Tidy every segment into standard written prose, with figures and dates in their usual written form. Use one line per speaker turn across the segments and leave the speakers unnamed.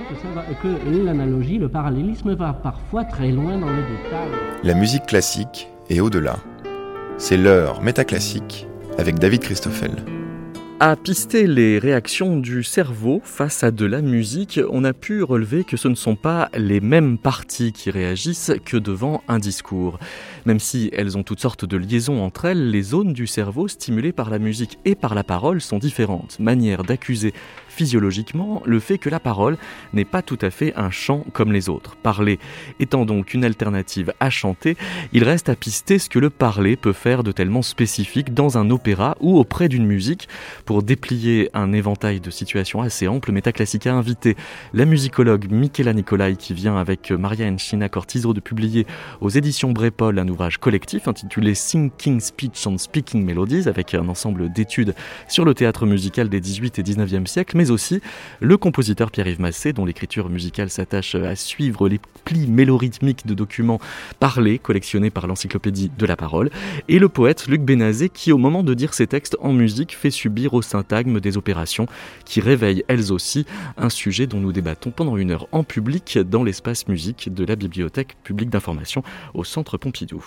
que l'analogie, le parallélisme va parfois très loin dans le détail.
La musique classique et au-delà. C'est l'heure métaclassique avec David Christoffel.
À pister les réactions du cerveau face à de la musique, on a pu relever que ce ne sont pas les mêmes parties qui réagissent que devant un discours. Même si elles ont toutes sortes de liaisons entre elles, les zones du cerveau stimulées par la musique et par la parole sont différentes. Manière d'accuser physiologiquement le fait que la parole n'est pas tout à fait un chant comme les autres. Parler étant donc une alternative à chanter, il reste à pister ce que le parler peut faire de tellement spécifique dans un opéra ou auprès d'une musique. Pour déplier un éventail de situations assez ample, Métaclassique a invité la musicologue Michela Nicolai qui vient avec Maria Encina Cortizo de publier aux éditions Brépol un ouvrage collectif intitulé Thinking Speech and Speaking Melodies avec un ensemble d'études sur le théâtre musical des 18 et 19e siècles, mais aussi le compositeur Pierre-Yves Massé dont l'écriture musicale s'attache à suivre les plis mélorhythmiques de documents parlés collectionnés par l'encyclopédie de la parole, et le poète Luc Bénazé qui au moment de dire ses textes en musique fait subir au syntagme des opérations qui réveillent elles aussi un sujet dont nous débattons pendant 1 heure en public dans l'espace musique de la Bibliothèque publique d'information au Centre Pompidou.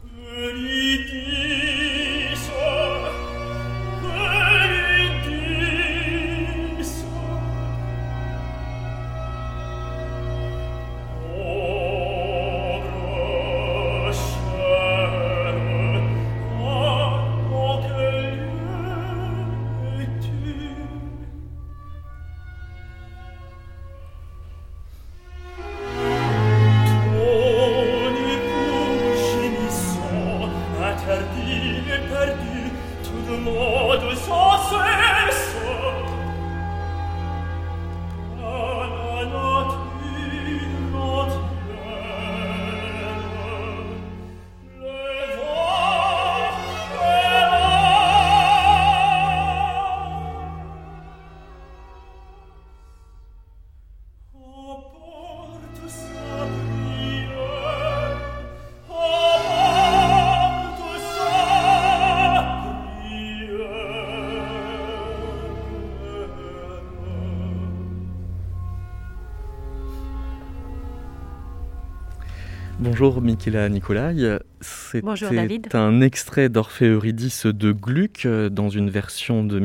Bonjour Michela Nicolai,
Bonjour David.
C'est un extrait d'Orphée Eurydice de Gluck dans une version de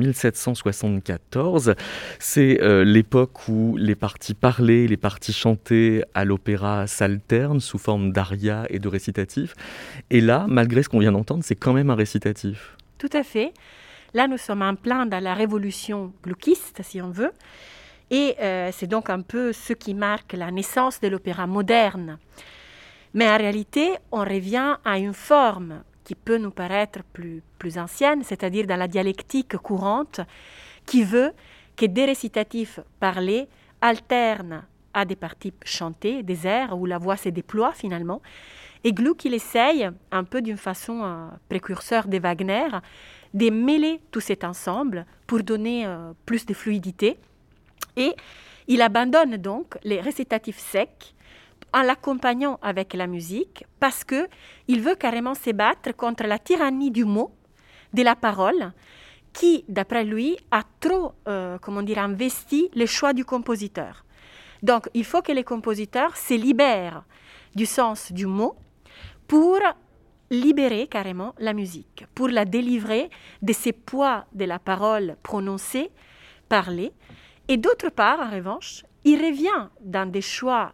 1774. C'est l'époque où les parties parlées, les parties chantées à l'opéra s'alternent sous forme d'aria et de récitatif. Et là, malgré ce qu'on vient d'entendre, c'est quand même un récitatif.
Tout à fait. Là, nous sommes en plein dans la révolution gluckiste, si on veut. Et c'est donc un peu ce qui marque la naissance de l'opéra moderne. Mais en réalité, on revient à une forme qui peut nous paraître plus ancienne, c'est-à-dire dans la dialectique courante, qui veut que des récitatifs parlés alternent à des parties chantées, des airs où la voix se déploie finalement. Et Gluck, il essaye, un peu d'une façon précurseur de Wagner, de mêler tout cet ensemble pour donner plus de fluidité. Et il abandonne donc les récitatifs secs en l'accompagnant avec la musique, parce qu'il veut carrément se battre contre la tyrannie du mot, de la parole, qui, d'après lui, a trop investi le choix du compositeur. Donc, il faut que les compositeurs se libèrent du sens du mot pour libérer carrément la musique, pour la délivrer de ces poids de la parole prononcée, parlée. Et d'autre part, en revanche, il revient dans des choix,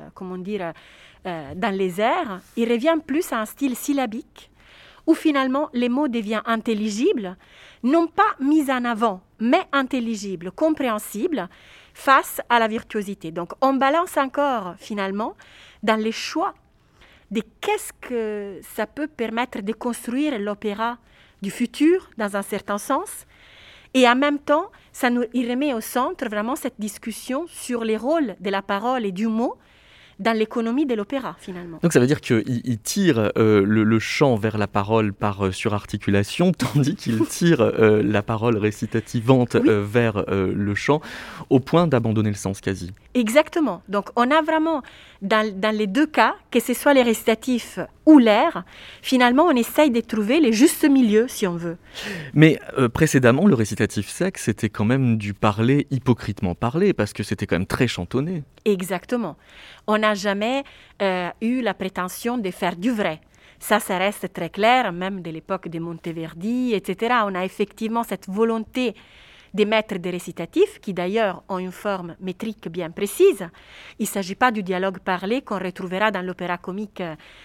dans les airs, il revient plus à un style syllabique, où finalement les mots deviennent intelligibles, non pas mis en avant, mais intelligibles, compréhensibles, face à la virtuosité. Donc on balance encore finalement dans les choix de qu'est-ce que ça peut permettre de construire l'opéra du futur, dans un certain sens. Et en même temps, il remet au centre vraiment cette discussion sur les rôles de la parole et du mot dans l'économie de l'opéra, finalement.
Donc ça veut dire qu'il tire le chant vers la parole par surarticulation, tandis qu'il tire la parole récitativante vers le chant, au point d'abandonner le sens quasi.
Exactement. Donc on a vraiment, dans les deux cas, que ce soit les récitatifs ou l'air. Finalement, on essaye de trouver les justes milieux, si on veut.
Mais précédemment, le récitatif sec, c'était quand même du parler hypocritement parlé, parce que c'était quand même très chantonné.
Exactement. On n'a jamais eu la prétention de faire du vrai. Ça reste très clair, même de l'époque de Monteverdi, etc. On a effectivement cette volonté d'émettre des récitatifs, qui d'ailleurs ont une forme métrique bien précise. Il ne s'agit pas du dialogue parlé qu'on retrouvera dans l'opéra comique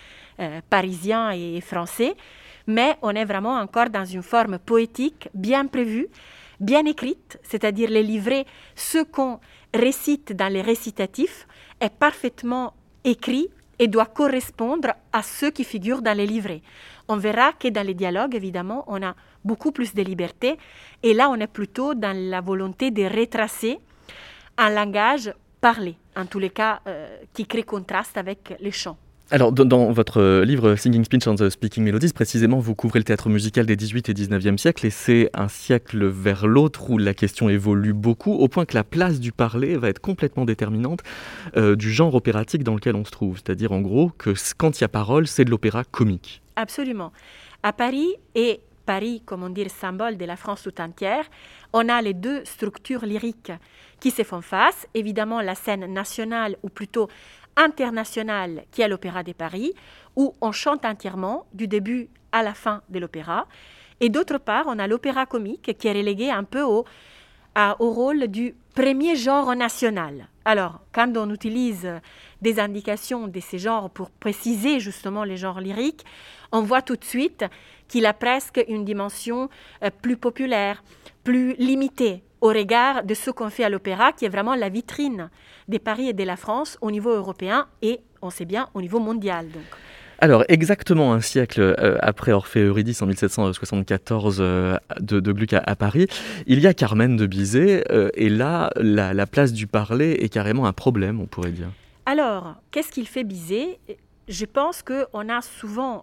parisien et français, mais on est vraiment encore dans une forme poétique bien prévue, bien écrite, c'est-à-dire les livrets, ce qu'on récite dans les récitatifs est parfaitement écrit et doit correspondre à ceux qui figurent dans les livrets. On verra que dans les dialogues, évidemment, on a beaucoup plus de liberté, et là, on est plutôt dans la volonté de retracer un langage parlé, en tous les cas, qui crée contraste avec les chants.
Alors, dans votre livre Singing Speech and the Speaking Melodies, précisément, vous couvrez le théâtre musical des 18 et 19e siècles, et c'est un siècle vers l'autre où la question évolue beaucoup, au point que la place du parler va être complètement déterminante du genre opératique dans lequel on se trouve. C'est-à-dire, en gros, que quand il y a parole, c'est de l'opéra comique.
Absolument. À Paris, et Paris, comme on dit, symbole de la France tout entière, on a les deux structures lyriques qui se font face. Évidemment, la scène nationale, ou plutôt internationale, qui est l'Opéra de Paris, où on chante entièrement du début à la fin de l'opéra. Et d'autre part, on a l'opéra comique qui est relégué un peu au rôle du premier genre national. Alors, quand on utilise des indications de ces genres pour préciser justement les genres lyriques, on voit tout de suite qu'il a presque une dimension plus populaire, plus limitée au regard de ce qu'on fait à l'opéra, qui est vraiment la vitrine de Paris et de la France au niveau européen et, on sait bien, au niveau mondial. Donc.
Alors, exactement un siècle après Orphée et Eurydice en 1774 de Gluck à Paris, il y a Carmen de Bizet, et là, la place du parler est carrément un problème, on pourrait dire.
Alors, qu'est-ce qu'il fait Bizet ? Je pense qu'on a souvent,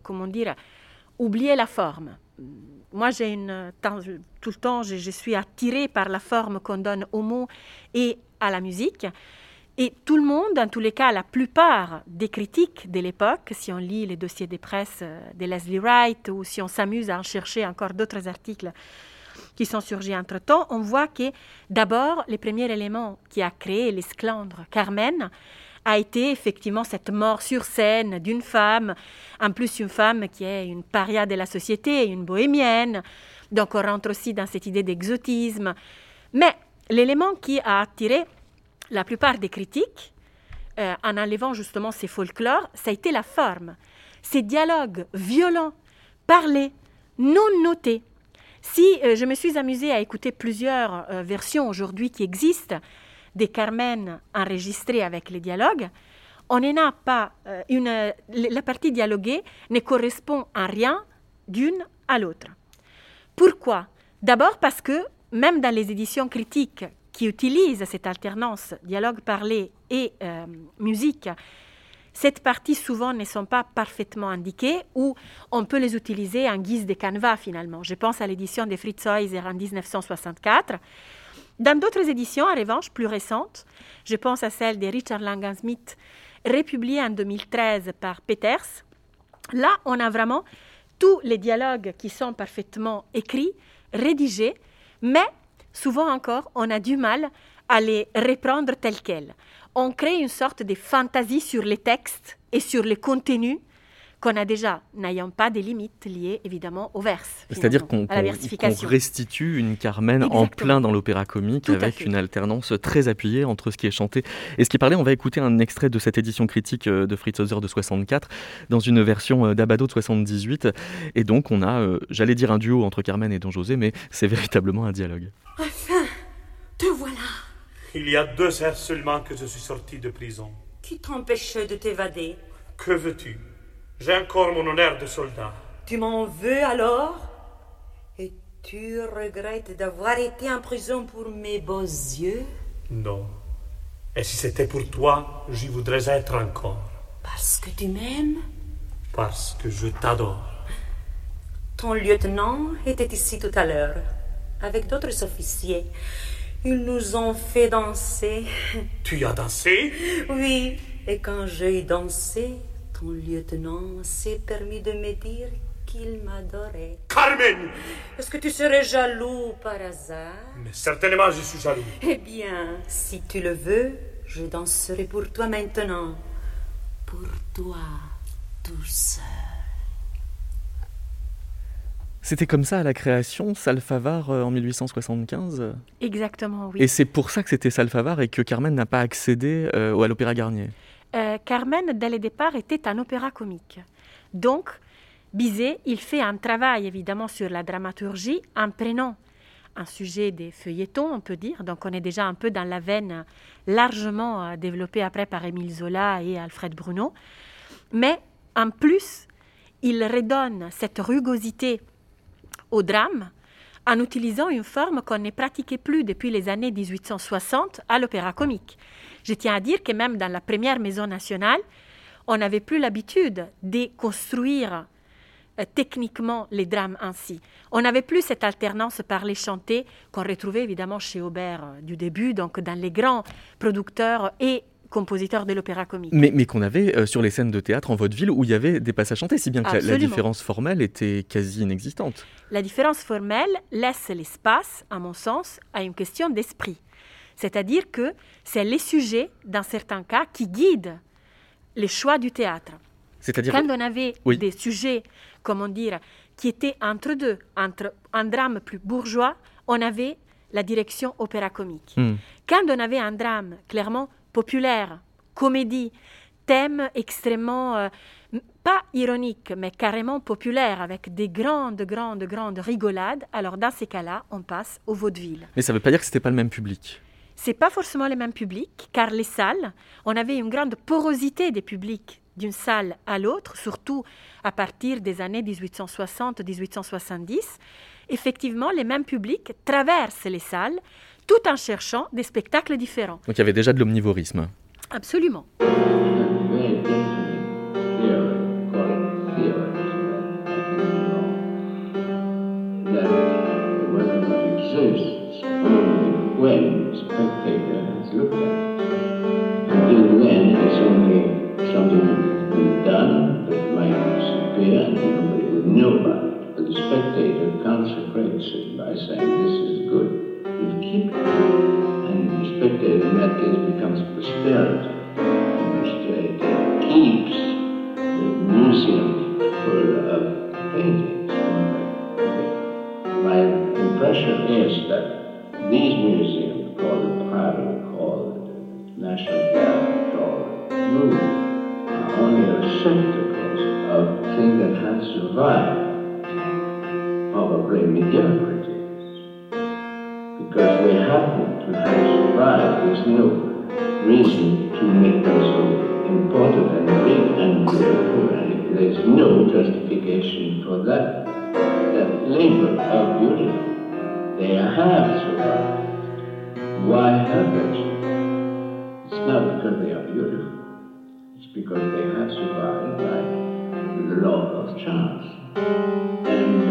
oublié la forme. Moi, tout le temps, je suis attirée par la forme qu'on donne aux mots et à la musique. Et tout le monde, en tous les cas, la plupart des critiques de l'époque, si on lit les dossiers de presse de Leslie Wright ou si on s'amuse à en chercher encore d'autres articles qui sont surgis entre-temps, on voit que d'abord, le premier élément qui a créé l'esclandre Carmen a été effectivement cette mort sur scène d'une femme, en plus une femme qui est une paria de la société, une bohémienne. Donc on rentre aussi dans cette idée d'exotisme. Mais l'élément qui a attiré la plupart des critiques, en enlevant justement ces folklores, ça a été la forme. Ces dialogues violents, parlés, non notés. Si je me suis amusée à écouter plusieurs versions aujourd'hui qui existent, des Carmen enregistrées avec les dialogues, on n'en a pas la partie dialoguée ne correspond en rien d'une à l'autre. Pourquoi ? D'abord parce que même dans les éditions critiques qui utilisent cette alternance dialogue parlé et musique, cette partie souvent ne sont pas parfaitement indiquées ou on peut les utiliser en guise de canevas finalement. Je pense à l'édition de Fritz Heuser en 1964. Dans d'autres éditions, en revanche, plus récentes, je pense à celle de Richard Langan-Smith, republiée en 2013 par Peters. Là, on a vraiment tous les dialogues qui sont parfaitement écrits, rédigés, mais souvent encore, on a du mal à les reprendre tels quels. On crée une sorte de fantaisie sur les textes et sur les contenus qu'on a déjà, n'ayant pas des limites liées évidemment au vers.
C'est-à-dire qu'on restitue une Carmen Exactement. En plein dans l'opéra comique avec une alternance très appuyée entre ce qui est chanté et ce qui est parlé. On va écouter un extrait de cette édition critique de Fritz Heuser de 64 dans une version d'Abbado de 78. Et donc on a, j'allais dire un duo entre Carmen et Don José, mais c'est véritablement un dialogue.
Enfin, te voilà.
Il y a 2 heures seulement que je suis sorti de prison.
Qui t'empêchait de t'évader ?
Que veux-tu ? J'ai encore mon honneur de soldat.
Tu m'en veux alors ? Et tu regrettes d'avoir été en prison pour mes beaux yeux ?
Non. Et si c'était pour toi, j'y voudrais être encore.
Parce que tu m'aimes ?
Parce que je t'adore.
Ton lieutenant était ici tout à l'heure, avec d'autres officiers. Ils nous ont fait danser.
Tu as dansé ?
Oui, et quand j'ai dansé, ton lieutenant s'est permis de me dire qu'il m'adorait.
Carmen!
Est-ce que tu serais jaloux par hasard?
Mais certainement, je suis jaloux.
Eh bien, si tu le veux, je danserai pour toi maintenant. Pour toi, tout seul.
C'était comme ça à la création, Salfavar en 1875 ?
Exactement, oui.
Et c'est pour ça que c'était Salfavar et que Carmen n'a pas accédé à l'Opéra Garnier.
Carmen, dès le départ, était un opéra comique. Donc, Bizet, il fait un travail évidemment sur la dramaturgie en prenant un sujet des feuilletons, on peut dire. Donc, on est déjà un peu dans la veine largement développée après par Émile Zola et Alfred Bruno. Mais en plus, il redonne cette rugosité au drame en utilisant une forme qu'on ne pratiquait plus depuis les années 1860 à l'opéra comique. Je tiens à dire que même dans la première Maison nationale, on n'avait plus l'habitude de construire techniquement les drames ainsi. On n'avait plus cette alternance parlée chantée qu'on retrouvait évidemment chez Auber du début, donc dans les grands producteurs et compositeurs de l'opéra comique.
Mais qu'on avait sur les scènes de théâtre en vaudeville où il y avait des passages chantés, si bien que la différence formelle était quasi inexistante.
La différence formelle laisse l'espace, à mon sens, à une question d'esprit. C'est-à-dire que c'est les sujets, dans certains cas, qui guident les choix du théâtre.
C'est-à-dire...
Quand on avait
oui.
des sujets, comment dire, qui étaient entre deux, entre un drame plus bourgeois, on avait la direction opéra comique. Quand on avait un drame clairement populaire, comédie, thème extrêmement, pas ironique, mais carrément populaire, avec des grandes rigolades, alors dans ces cas-là, on passe au vaudeville.
Mais ça ne veut pas dire que ce n'était pas le même public.
Ce n'est pas forcément le même public, car les salles, on avait une grande porosité des publics d'une salle à l'autre, surtout à partir des années 1860-1870. Effectivement, les mêmes publics traversent les salles tout en cherchant des spectacles différents.
Donc il y avait déjà de l'omnivorisme.
Absolument.
When spectators look at it. Until then, it's only something that we've done that might disappear and nobody would know about it. But the spectator consecrates it by saying, this is good. You keep it. And the spectator in that case becomes posterity. And posterity keeps the museum full of paintings. My impression is that these museums, called the Prado, called the National Gallery, called the Louvre, are only receptacles of things that have survived, probably mediocrities. Because they happen to have survived, there's no reason to make them so important and big and beautiful, and there's no justification for that labor of beauty. They have survived. Why have they survived? It's not because they are beautiful. It's because they have survived by the law of chance. And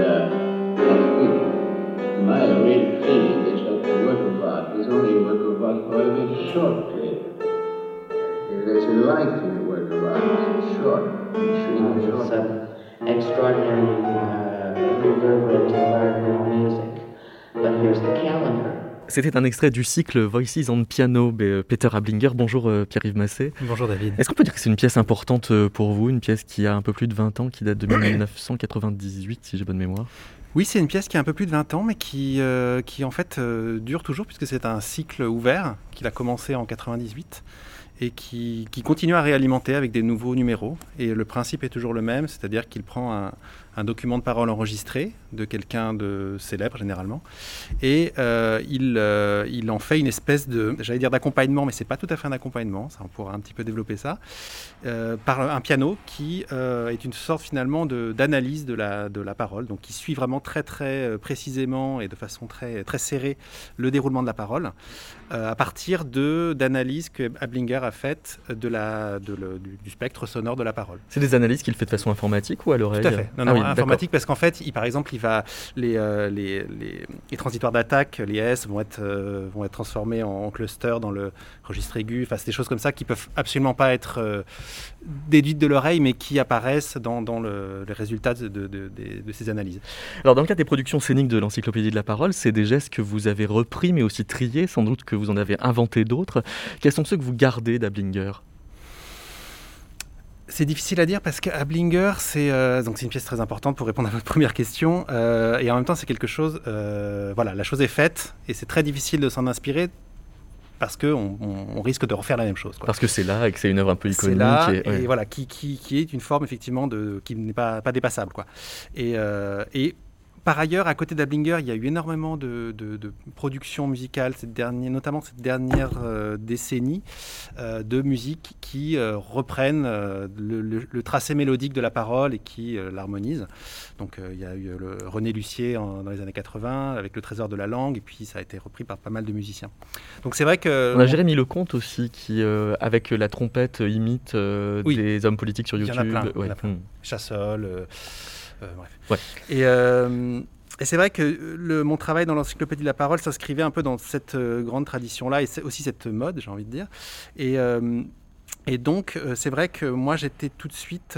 my real feeling is that the work of art is only a work of art for a very short period. There's a life in the work of art. It's short. It's short.
Extraordinary reverberant environmental music. But here's the calendar.
C'était un extrait du cycle Voices on Piano, Peter Ablinger. Bonjour Pierre-Yves Massé.
Bonjour David.
Est-ce qu'on peut dire que c'est une pièce importante pour vous, une pièce qui a un peu plus de 20 ans, qui date de 1998 si j'ai bonne mémoire?
Oui, c'est une pièce qui a un peu plus de 20 ans, mais qui en fait dure toujours, puisque c'est un cycle ouvert qu'il a commencé en 98 et qui continue à réalimenter avec des nouveaux numéros. Et le principe est toujours le même, c'est-à-dire qu'il prend un document de parole enregistré de quelqu'un de célèbre généralement, et il en fait une espèce de, j'allais dire d'accompagnement, mais c'est pas tout à fait un accompagnement, ça on pourra un petit peu développer ça, par un piano qui est une sorte finalement d'analyse de la parole, donc qui suit vraiment très très précisément et de façon très très serrée le déroulement de la parole, à partir d'analyses que Ablinger a fait du spectre sonore de la parole.
C'est des analyses qu'il fait de façon informatique ou à l'oreille?
Tout à fait. Informatique, parce qu'en fait, par exemple, les transitoires d'attaque, les S, vont être transformés en clusters dans le registre aigu. Enfin, c'est des choses comme ça qui peuvent absolument pas être déduites de l'oreille, mais qui apparaissent dans les résultats de ces analyses.
Alors, dans le cas des productions scéniques de l'Encyclopédie de la parole, c'est des gestes que vous avez repris, mais aussi triés, sans doute que vous en avez inventé d'autres. Quels sont ceux que vous gardez d'Ablinger?
C'est difficile à dire parce qu'Ablinger, c'est une pièce très importante pour répondre à votre première question. Et en même temps, c'est quelque chose... la chose est faite et c'est très difficile de s'en inspirer parce qu'on risque de refaire la même chose, quoi.
Parce que c'est là et que c'est une œuvre un peu iconique.
C'est là et voilà, qui est une forme effectivement qui n'est pas dépassable, quoi. Et par ailleurs, à côté d'Ablinger, il y a eu énormément de productions musicales, notamment cette dernière décennie, de musique qui reprennent le tracé mélodique de la parole et qui l'harmonisent. Donc il y a eu René Lucier dans les années 80 avec Le Trésor de la langue, et puis ça a été repris par pas mal de musiciens. Donc c'est vrai que...
On a Jérémy Lecomte aussi qui, avec la trompette, imite des hommes politiques sur YouTube.
Il y en a plein. Chassol... bref. Ouais. Et c'est vrai que mon travail dans l'Encyclopédie de la parole s'inscrivait un peu dans cette grande tradition-là, et c'est aussi cette mode, j'ai envie de dire. Et donc, c'est vrai que moi, j'étais tout de suite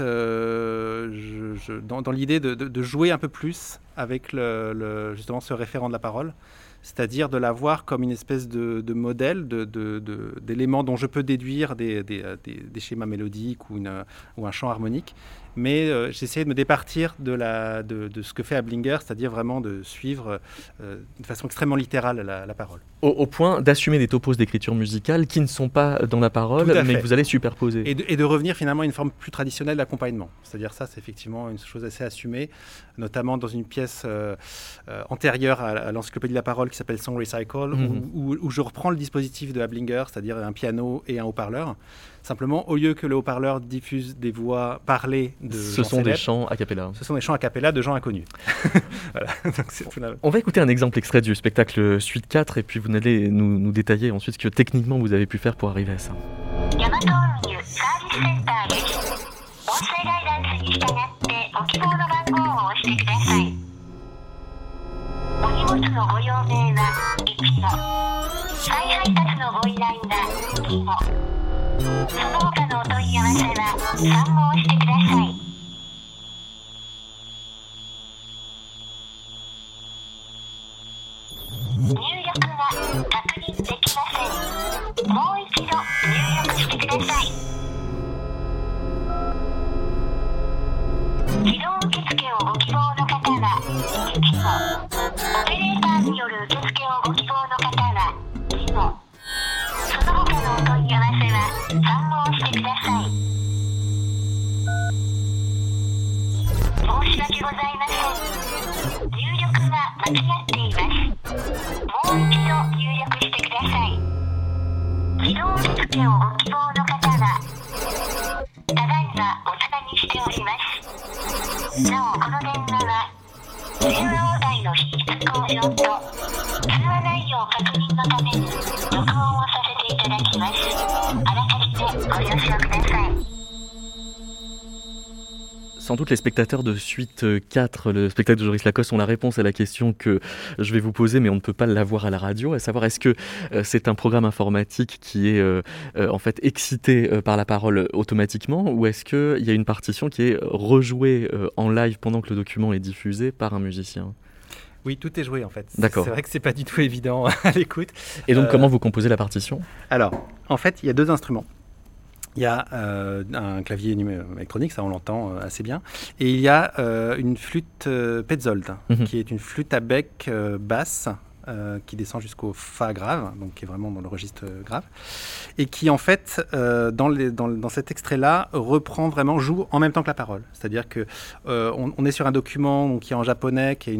dans l'idée de jouer un peu plus avec justement ce référent de la parole, c'est-à-dire de l'avoir comme une espèce de modèle, d'éléments dont je peux déduire des schémas mélodiques ou un chant harmonique. Mais j'essayais de me départir de ce que fait Ablinger, c'est-à-dire vraiment de suivre de façon extrêmement littérale la parole.
Au point d'assumer des topos d'écriture musicale qui ne sont pas dans la parole, mais que vous allez superposer.
Et de revenir finalement à une forme plus traditionnelle d'accompagnement. C'est-à-dire ça, c'est effectivement une chose assez assumée, notamment dans une pièce antérieure à l'Encyclopédie de la parole qui s'appelle Song Recycle, où je reprends le dispositif de Ablinger, c'est-à-dire un piano et un haut-parleur. Simplement, au lieu que le haut-parleur diffuse des voix parlées de
gens célèbres, des chants a cappella.
Ce sont des chants a cappella de gens inconnus. Voilà. Donc,
on va écouter un exemple extrait du spectacle Suite 4 et puis vous allez nous détailler ensuite ce que techniquement vous avez pu faire pour arriver à ça. Sans doute les spectateurs de Suite 4, le spectacle de Joris Lacoste, ont la réponse à la question que je vais vous poser, mais on ne peut pas l'avoir à la radio, à savoir est-ce que c'est un programme informatique qui est en fait excité par la parole automatiquement, ou est-ce qu'il y a une partition qui est rejouée en live pendant que le document est diffusé par un musicien ?
Oui, tout est joué en fait.
D'accord.
C'est vrai que c'est pas du tout évident à l'écoute.
Et donc comment vous composez la partition ?
Alors, en fait, il y a deux instruments. Il y a un clavier électronique, ça on l'entend assez bien, et il y a une flûte Petzold, qui est une flûte à bec basse, qui descend jusqu'au Fa grave, donc qui est vraiment dans le registre grave, et qui en fait, dans cet extrait-là, joue en même temps que la parole. C'est-à-dire que on est sur un document qui est en japonais, qui est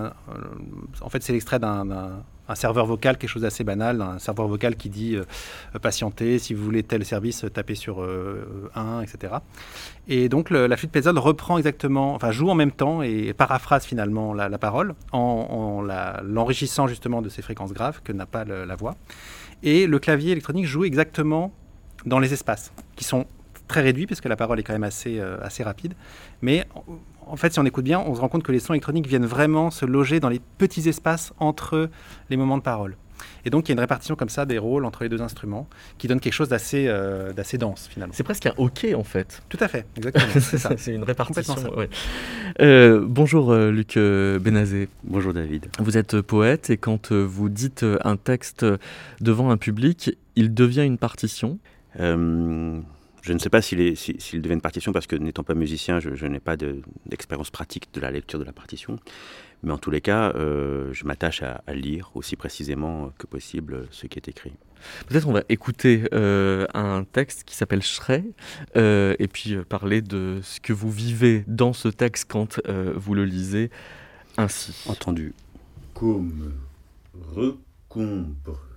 en fait c'est l'extrait d'un serveur vocal, quelque chose d'assez banal, un serveur vocal qui dit patientez, si vous voulez tel service, tapez sur 1, etc. Et donc la flûte Petzold joue en même temps et paraphrase finalement la parole en l'enrichissant justement de ces fréquences graves que n'a pas la voix. Et le clavier électronique joue exactement dans les espaces, qui sont très réduits, parce que la parole est quand même assez rapide. Mais en fait, si on écoute bien, on se rend compte que les sons électroniques viennent vraiment se loger dans les petits espaces entre les moments de parole. Et donc, il y a une répartition comme ça des rôles entre les deux instruments qui donne quelque chose d'assez dense, finalement.
C'est presque un hockey, en fait.
Tout à fait, exactement. C'est ça.
C'est une répartition.
Ouais.
Bonjour Luc Benazé.
Bonjour David.
Vous êtes poète et quand vous dites un texte devant un public, il devient une partition.
Je ne sais pas s'il devient une partition parce que n'étant pas musicien, je n'ai pas d'expérience pratique de la lecture de la partition. Mais en tous les cas, je m'attache à lire aussi précisément que possible ce qui est écrit.
Peut-être on va écouter un texte qui s'appelle Shrey et puis parler de ce que vous vivez dans ce texte quand vous le lisez ainsi.
Entendu.
Comme recombre,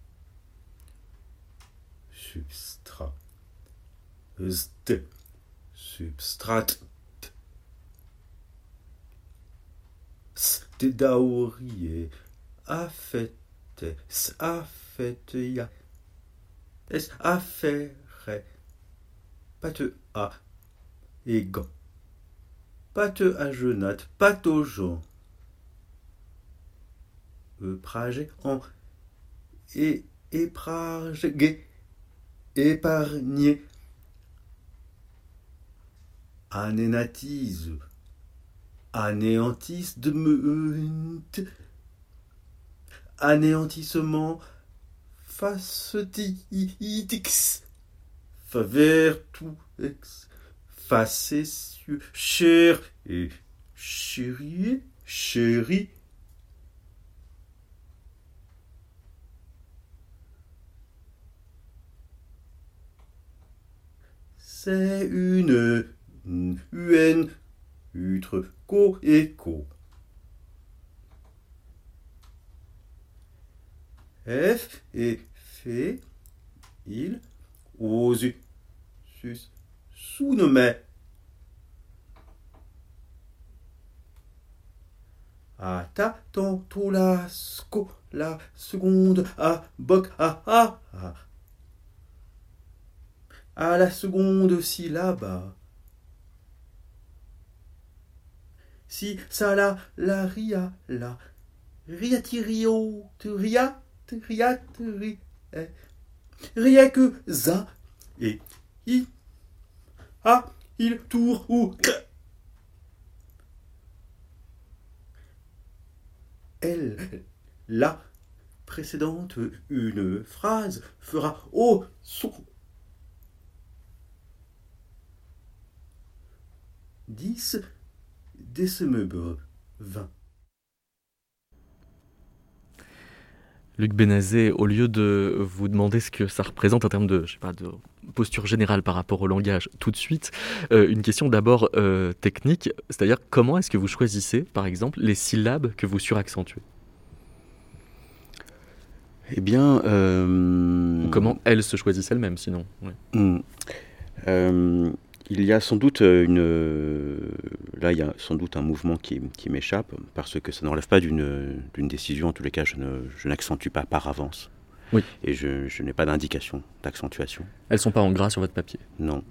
substrat, substrat, Stedaurier, affette, affetteia, es affaire, pate a, égan, pate à genat, pate aux gens, prage en, et éprage, gué, épargné, anénatise, anéantisme, anéantissement, facetix, favertuex, facétieux, cher et chéri, chéri. C'est une UN, utre, co et co. F et fait, il, ose, sus, sous-nommé. À ta, tantôt la, sco, la seconde, à, boc, à. À la seconde syllabe. Si, ça, la ria, la, riatirio, te ria, ria que za, et i, a, il, tour, ou, elle, la précédente, une phrase fera au son. 10 décembre 20.
Luc Benazé, au lieu de vous demander ce que ça représente en termes de, de posture générale par rapport au langage tout de suite, une question d'abord technique, c'est-à-dire comment est-ce que vous choisissez, par exemple, les syllabes que vous suraccentuez ?
Eh bien...
Ou comment elles se choisissent elles-mêmes, sinon. Ouais.
Il y a sans doute il y a sans doute un mouvement qui m'échappe, parce que ça ne relève pas d'une décision. En tous les cas, je n'accentue pas par avance.
Oui.
Et je n'ai pas d'indication d'accentuation.
Elles ne sont pas en gras sur votre papier.
Non.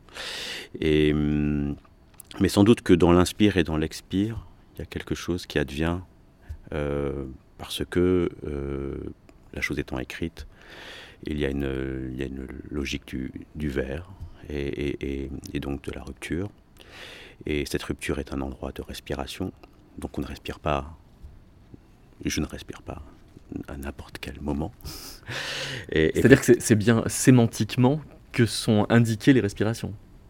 Mais sans doute que dans l'inspire et dans l'expire, il y a quelque chose qui advient parce que la chose étant écrite, il y a une logique du vers. Et donc de la rupture. Et cette rupture est un endroit de respiration. Donc on ne respire pas, je ne respire pas à n'importe quel moment.
C'est-à-dire que c'est bien sémantiquement que sont indiquées les respirations.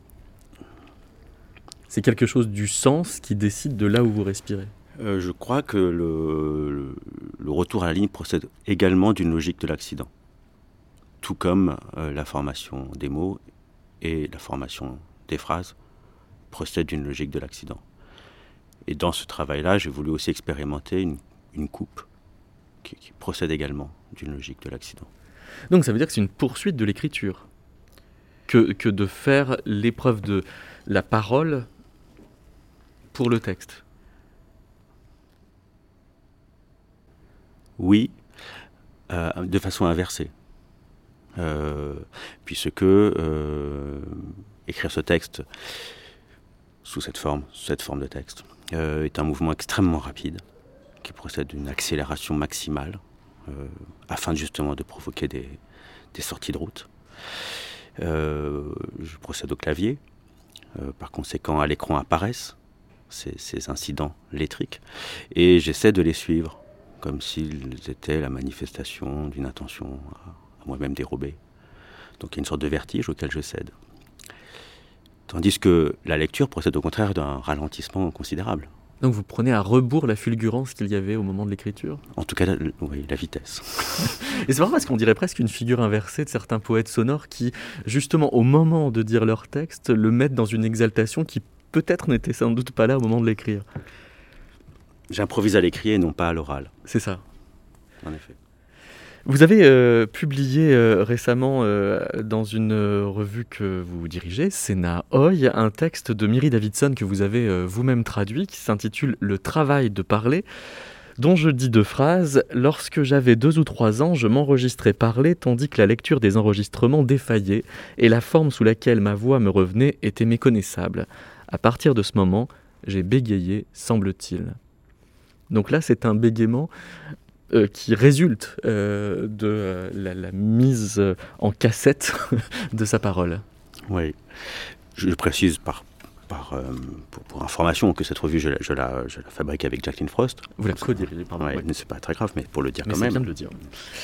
C'est quelque chose du sens qui décide de là où vous respirez.
Je crois que le retour à la ligne procède également d'une logique de l'accident. Tout comme la formation des mots et la formation des phrases procède d'une logique de l'accident. Et dans ce travail-là, j'ai voulu aussi expérimenter une coupe qui procède également d'une logique de l'accident.
Donc ça veut dire que c'est une poursuite de l'écriture, que de faire l'épreuve de la parole pour le texte.
Oui, de façon inversée. puisque écrire ce texte sous cette forme de texte, est un mouvement extrêmement rapide, qui procède d'une accélération maximale, afin justement de provoquer des sorties de route. Je procède au clavier, par conséquent à l'écran apparaissent ces incidents électriques, et j'essaie de les suivre, comme s'ils étaient la manifestation d'une intention à moi-même dérobée. Donc il y a une sorte de vertige auquel je cède. Tandis que la lecture procède au contraire d'un ralentissement considérable.
Donc vous prenez à rebours la fulgurance qu'il y avait au moment de l'écriture ?
En tout cas, oui, la vitesse.
Et c'est marrant parce qu'on dirait presque une figure inversée de certains poètes sonores qui, justement, au moment de dire leur texte, le mettent dans une exaltation qui peut-être n'était sans doute pas là au moment de l'écrire.
J'improvise à l'écrit et non pas à l'oral.
C'est ça.
En effet.
Vous avez publié récemment dans une revue que vous dirigez, Sénat Hoy, un texte de Miri Davidson que vous avez vous-même traduit, qui s'intitule « Le travail de parler », dont je dis 2 phrases. « Lorsque j'avais 2 ou 3 ans, je m'enregistrais parler, tandis que la lecture des enregistrements défaillait, et la forme sous laquelle ma voix me revenait était méconnaissable. À partir de ce moment, j'ai bégayé, semble-t-il. » Donc là, c'est un bégaiement qui résulte de la mise en cassette de sa parole.
Oui, je précise pour information que cette revue, je la fabrique avec Jacqueline Frost.
Vous la co-dirigez, pardon.
Ouais, c'est pas très grave, mais pour le dire
mais
quand même.
C'est bien de le dire.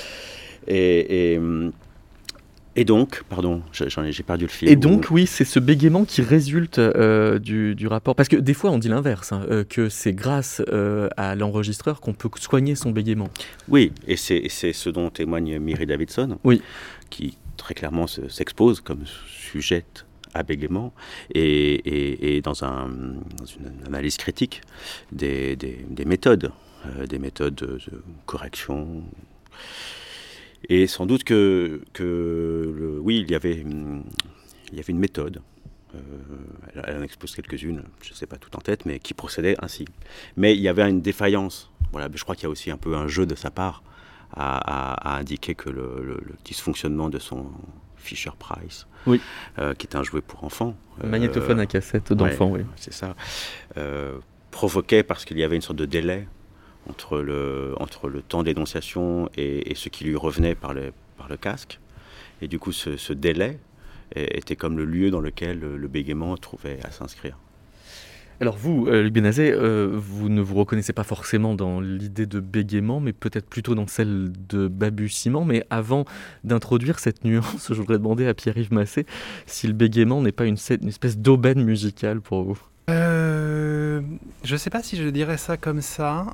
Et donc, pardon, j'ai perdu le fil.
Et donc, oui, c'est ce bégaiement qui résulte du rapport. Parce que des fois, on dit l'inverse, que c'est grâce à l'enregistreur qu'on peut soigner son bégaiement.
Oui, et c'est ce dont témoigne Miri Davidson,
oui,
qui très clairement s'expose comme sujette à bégaiement et dans une analyse critique des méthodes de correction. Et sans doute oui, il y avait une méthode. Elle en expose quelques-unes, je ne sais pas tout en tête, mais qui procédait ainsi. Mais il y avait une défaillance. Voilà, je crois qu'il y a aussi un peu un jeu de sa part à indiquer que le dysfonctionnement de son Fisher-Price,
oui,
qui est un jouet pour enfants,
magnétophone à cassette d'enfants, oui,
c'est ça, provoquait parce qu'il y avait une sorte de délai entre le temps d'énonciation et ce qui lui revenait par le casque. Et du coup, ce délai était comme le lieu dans lequel le bégaiement trouvait à s'inscrire.
Alors vous, Luc Benazet, vous ne vous reconnaissez pas forcément dans l'idée de bégaiement, mais peut-être plutôt dans celle de balbutiement. Mais avant d'introduire cette nuance, je voudrais demander à Pierre-Yves Massé si le bégaiement n'est pas une espèce d'aubaine musicale pour vous.
Je ne sais pas si je dirais ça comme ça.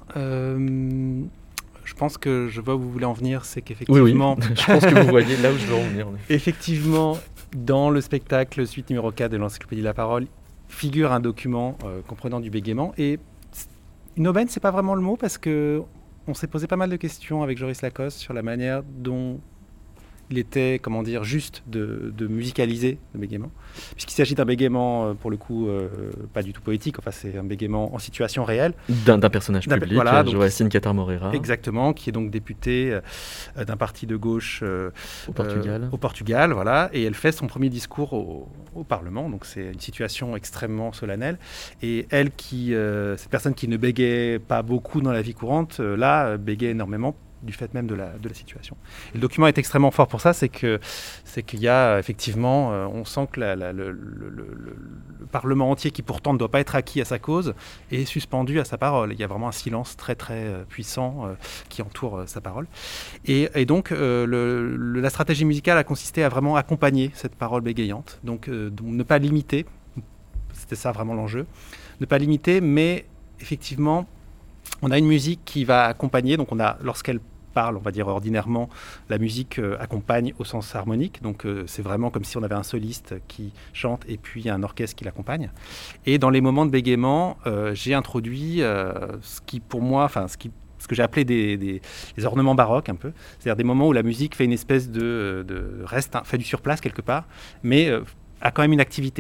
Je pense que je vois où vous voulez en venir, c'est qu'effectivement...
Oui. Je pense que vous voyez là où je veux en venir.
Effectivement, dans le spectacle suite numéro 4 de l'Encyclopédie de la Parole, figure un document comprenant du bégaiement. Et une aubaine, c'est pas vraiment le mot, parce que on s'est posé pas mal de questions avec Joris Lacoste sur la manière dont il était, juste de musicaliser le bégaiement, puisqu'il s'agit d'un bégaiement, pour le coup, pas du tout poétique, enfin c'est un bégaiement en situation réelle.
D'un personnage public, voilà, Joacine Catar-Moreira.
Exactement, qui est donc députée d'un parti de gauche
au
Portugal, voilà, et elle fait son premier discours au Parlement, donc c'est une situation extrêmement solennelle. Et elle, cette personne qui ne bégayait pas beaucoup dans la vie courante, là, bégayait énormément, du fait même de la situation. Et le document est extrêmement fort pour ça, c'est qu'il y a effectivement, on sent que le Parlement entier, qui pourtant ne doit pas être acquis à sa cause, est suspendu à sa parole. Il y a vraiment un silence très très puissant qui entoure sa parole. Et donc la stratégie musicale a consisté à vraiment accompagner cette parole bégayante, donc ne pas limiter, c'était ça vraiment l'enjeu, ne pas limiter, mais effectivement on a une musique qui va accompagner, donc lorsqu'elle parle, on va dire ordinairement, la musique accompagne au sens harmonique, donc c'est vraiment comme si on avait un soliste qui chante et puis un orchestre qui l'accompagne. Et dans les moments de bégaiement, j'ai introduit ce qui pour moi, ce que j'ai appelé des ornements baroques un peu, c'est-à-dire des moments où la musique fait une espèce de reste, fait du surplace quelque part, mais a quand même une activité.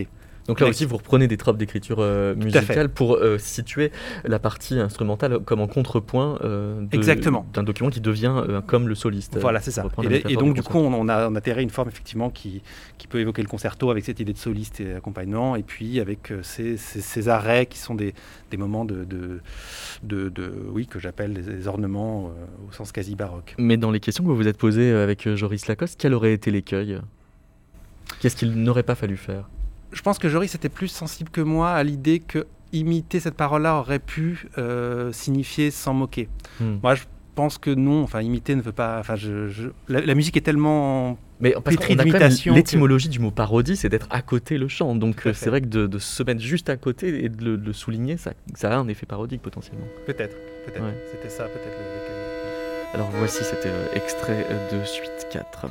Donc là aussi, vous reprenez des tropes d'écriture musicale pour situer la partie instrumentale comme en contrepoint d'un document qui devient comme le soliste.
Voilà, c'est ça. Et donc du coup, on a terré une forme effectivement qui peut évoquer le concerto avec cette idée de soliste et accompagnement, et puis avec ces arrêts qui sont des moments oui, que j'appelle des ornements au sens quasi baroque.
Mais dans les questions que vous vous êtes posées avec Joris Lacoste, quel aurait été l'écueil ? Qu'est-ce qu'il n'aurait pas fallu faire ?
Je pense que Joris était plus sensible que moi à l'idée que imiter cette parole-là aurait pu signifier s'en moquer. Moi, je pense que non. Enfin, imiter ne veut pas. Enfin, la musique est tellement pétrie d'imitation.
L'étymologie du mot parodie, c'est d'être à côté le chant. Donc, c'est vrai que de se mettre juste à côté et de le souligner, ça a un effet parodique potentiellement.
Peut-être. Ouais. C'était ça, peut-être le.
Alors voici cet extrait de Suite 4.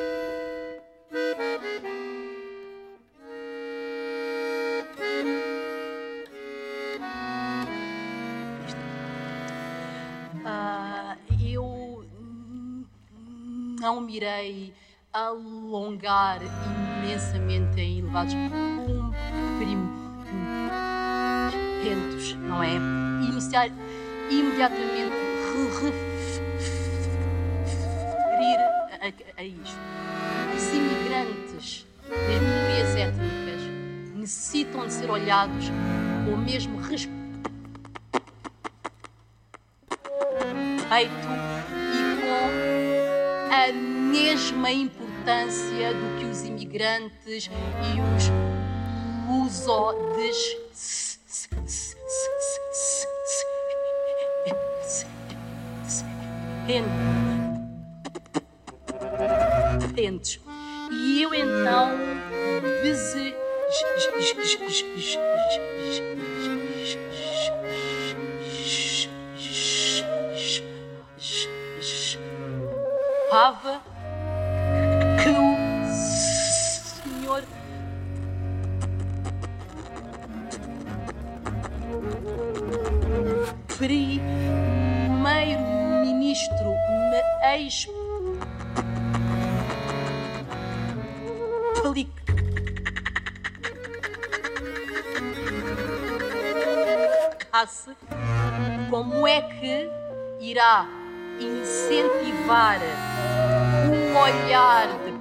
Eu não me irei alongar imensamente em elevados cumprimentos, não é? Iniciar imediatamente referir a isto. Os imigrantes das minorias étnicas necessitam de ser olhados com o mesmo respeito e com a mesma importância do que os imigrantes e os lusóides entes. E eu então desejava que o senhor primeiro-ministro me explicasse como é que irá incentivar um olhar de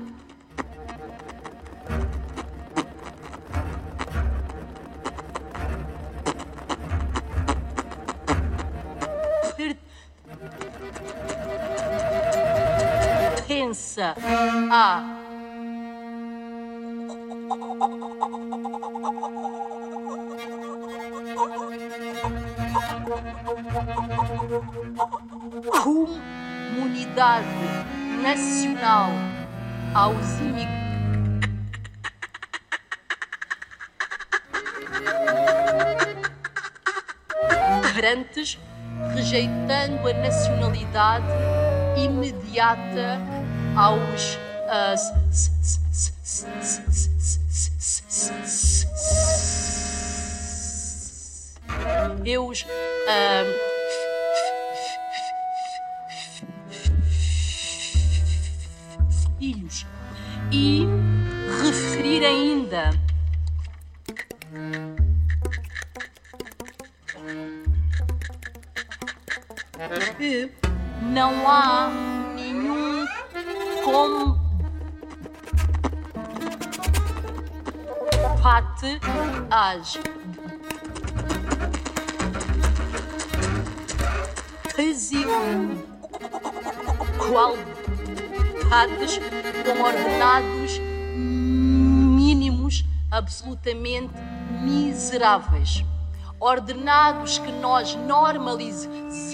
pertença a comunidade nacional aos imigrantes, rejeitando a nacionalidade imediata aos meus filhos e referir ainda que não há nenhum combate às desigualdades com ordenados mínimos absolutamente miseráveis. Ordenados que nós normalizamos.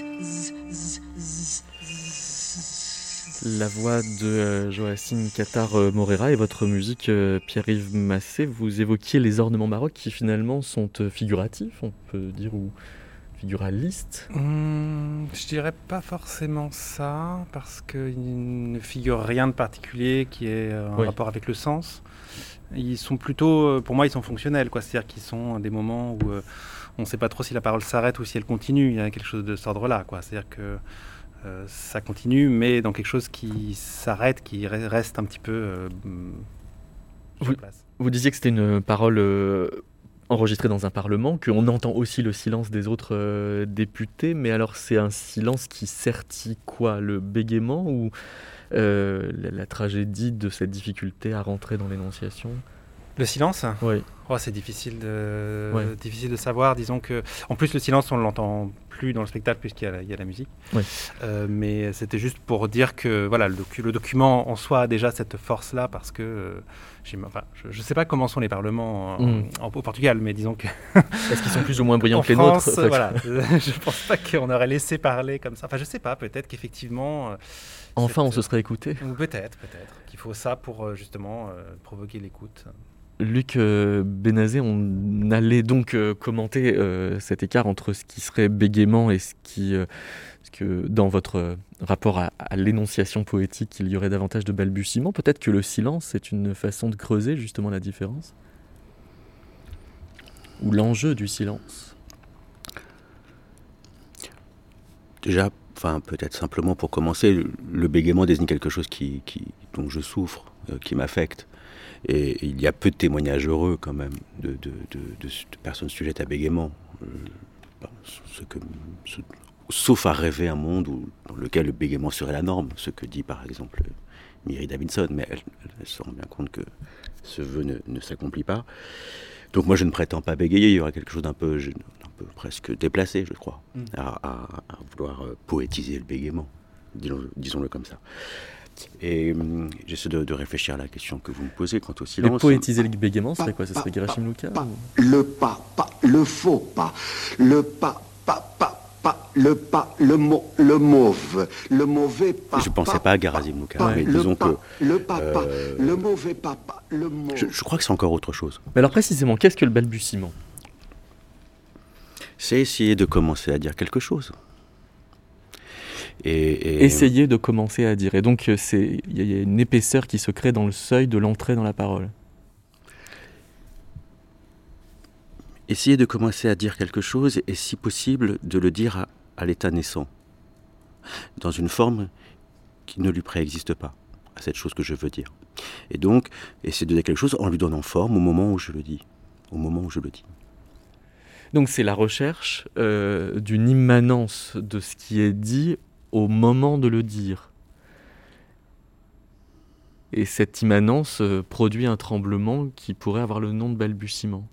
La voix de Joacine Cattard-Morera et votre musique, Pierre-Yves Massé, vous évoquiez les ornements baroques qui finalement sont figuratifs, on peut dire, ou figuralistes.
Je dirais pas forcément ça, parce qu'il ne figure rien de particulier qui est en rapport avec le sens. Ils sont plutôt, pour moi, ils sont fonctionnels, quoi. C'est-à-dire qu'ils sont des moments où on ne sait pas trop si la parole s'arrête ou si elle continue. Il y a quelque chose de cet ordre-là, quoi. C'est-à-dire que ça continue, mais dans quelque chose qui s'arrête, qui reste un petit peu sur place.
Vous disiez que c'était une parole enregistrée dans un parlement, qu'on entend aussi le silence des autres députés, mais alors c'est un silence qui sertit quoi? Le bégaiement ou la tragédie de cette difficulté à rentrer dans l'énonciation?
Le silence?
Oui.
Oh, c'est difficile de savoir. Disons que, en plus, le silence, on ne l'entend plus dans le spectacle puisqu'il y a la musique.
Oui.
Mais c'était juste pour dire que voilà, le document en soi a déjà cette force-là parce que je ne sais pas comment sont les parlements au Portugal, mais disons que
est-ce qu'ils sont plus ou moins brillants que les
France,
nôtres?
Voilà, je ne pense pas qu'on aurait laissé parler comme ça. Enfin, je ne sais pas. Peut-être qu'effectivement.
Enfin, on se serait écouté.
Peut-être qu'il faut ça pour justement provoquer l'écoute.
Luc Benazet, on allait donc commenter cet écart entre ce qui serait bégaiement et ce que dans votre rapport à l'énonciation poétique, il y aurait davantage de balbutiements. Peut-être que le silence, c'est une façon de creuser justement la différence? Ou l'enjeu du silence?
Déjà, peut-être simplement pour commencer, le bégaiement désigne quelque chose dont je souffre, qui m'affecte. Et il y a peu de témoignages heureux quand même de personnes sujettes à bégaiement. Sauf à rêver un monde dans lequel le bégaiement serait la norme, ce que dit par exemple Miri Davidson, mais elle se rend bien compte que ce vœu ne s'accomplit pas. Donc moi je ne prétends pas bégayer, il y aura quelque chose d'un peu presque déplacé, je crois, à vouloir poétiser le bégaiement, disons-le comme ça. Et j'essaie de réfléchir à la question que vous me posez quant au silence.
Mais poétiser le bégaiement, ce serait quoi? Ce serait Gerashim Luka
Le pas, le faux pas, le pas, le pas, le mauve, le mauvais pas.
Je ne pensais pas à Gerashim Luka, mais disons que...
Le papa, le mauvais papa, le mauvais...
Je crois que c'est encore autre chose.
Mais alors précisément, qu'est-ce que le balbutiement?
C'est essayer de commencer à dire quelque chose.
Essayer de commencer à dire. Et donc, il y a une épaisseur qui se crée dans le seuil de l'entrée dans la parole.
Essayer de commencer à dire quelque chose et, si possible, de le dire à l'état naissant, dans une forme qui ne lui préexiste pas, à cette chose que je veux dire. Et donc, essayer de dire quelque chose en lui donnant forme au moment où je le dis.
Donc, c'est la recherche d'une immanence de ce qui est dit au moment de le dire. Et cette immanence produit un tremblement qui pourrait avoir le nom de balbutiement.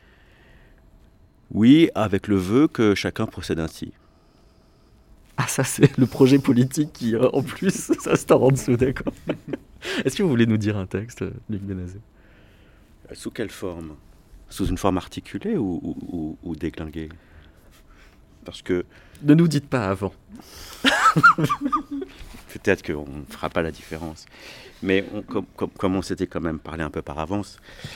Oui, avec le vœu que chacun procède ainsi.
Ah, ça c'est le projet politique qui, en plus, ça se tord en dessous, d'accord. Est-ce que vous voulez nous dire un texte, Luc Benazet?
Sous quelle forme? Sous une forme articulée ou déglinguée? Parce que...
Ne nous dites pas avant.
Peut-être qu'on ne fera pas la différence. Mais comme on s'était quand même parlé un peu par avance,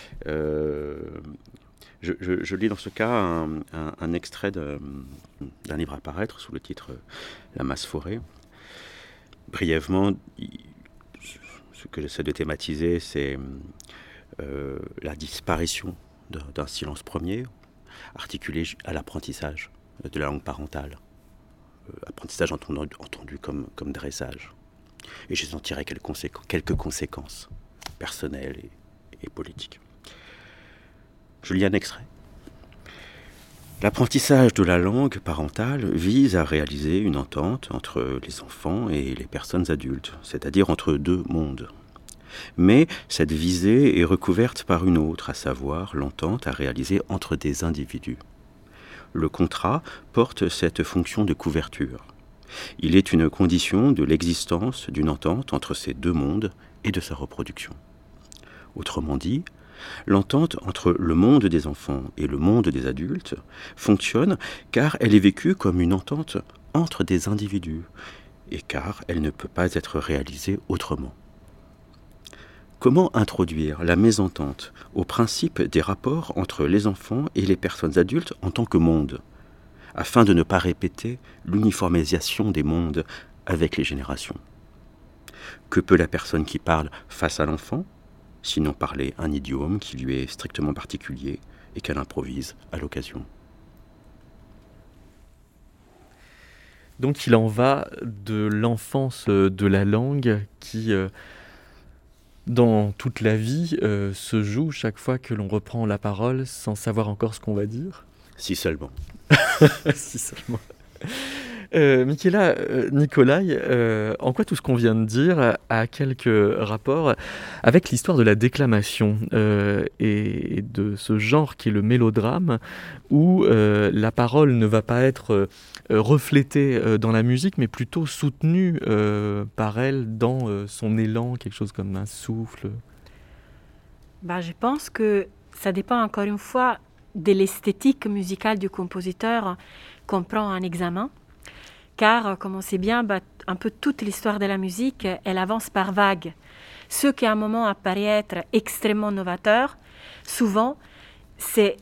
je lis dans ce cas un extrait d'un livre à paraître sous le titre La masse forêt. Brièvement, ce que j'essaie de thématiser, c'est la disparition d'un silence premier, articulé à l'apprentissage de la langue parentale. Apprentissage entendu comme dressage. Et j'en tirerai quelques conséquences personnelles et politiques. Je lis un extrait. L'apprentissage de la langue parentale vise à réaliser une entente entre les enfants et les personnes adultes, c'est-à-dire entre deux mondes. Mais cette visée est recouverte par une autre, à savoir l'entente à réaliser entre des individus. Le contrat porte cette fonction de couverture. Il est une condition de l'existence d'une entente entre ces deux mondes et de sa reproduction. Autrement dit, l'entente entre le monde des enfants et le monde des adultes fonctionne car elle est vécue comme une entente entre des individus et car elle ne peut pas être réalisée autrement. Comment introduire la mésentente au principe des rapports entre les enfants et les personnes adultes en tant que monde, afin de ne pas répéter l'uniformisation des mondes avec les générations? Que peut la personne qui parle face à l'enfant, sinon parler un idiome qui lui est strictement particulier et qu'elle improvise à l'occasion?
Donc il en va de l'enfance de la langue qui dans toute la vie se joue chaque fois que l'on reprend la parole sans savoir encore ce qu'on va dire?
Si seulement.
Si seulement. Michaela, Nicolai, en quoi tout ce qu'on vient de dire a quelques rapports avec l'histoire de la déclamation et de ce genre qui est le mélodrame, où la parole ne va pas être reflétée dans la musique, mais plutôt soutenue par elle dans son élan, quelque chose comme un souffle.
Je pense que ça dépend encore une fois de l'esthétique musicale du compositeur qu'on prend en examen. Car, comme on sait bien, un peu toute l'histoire de la musique, elle avance par vagues. Ce qui à un moment apparaît être extrêmement novateur, souvent, c'est,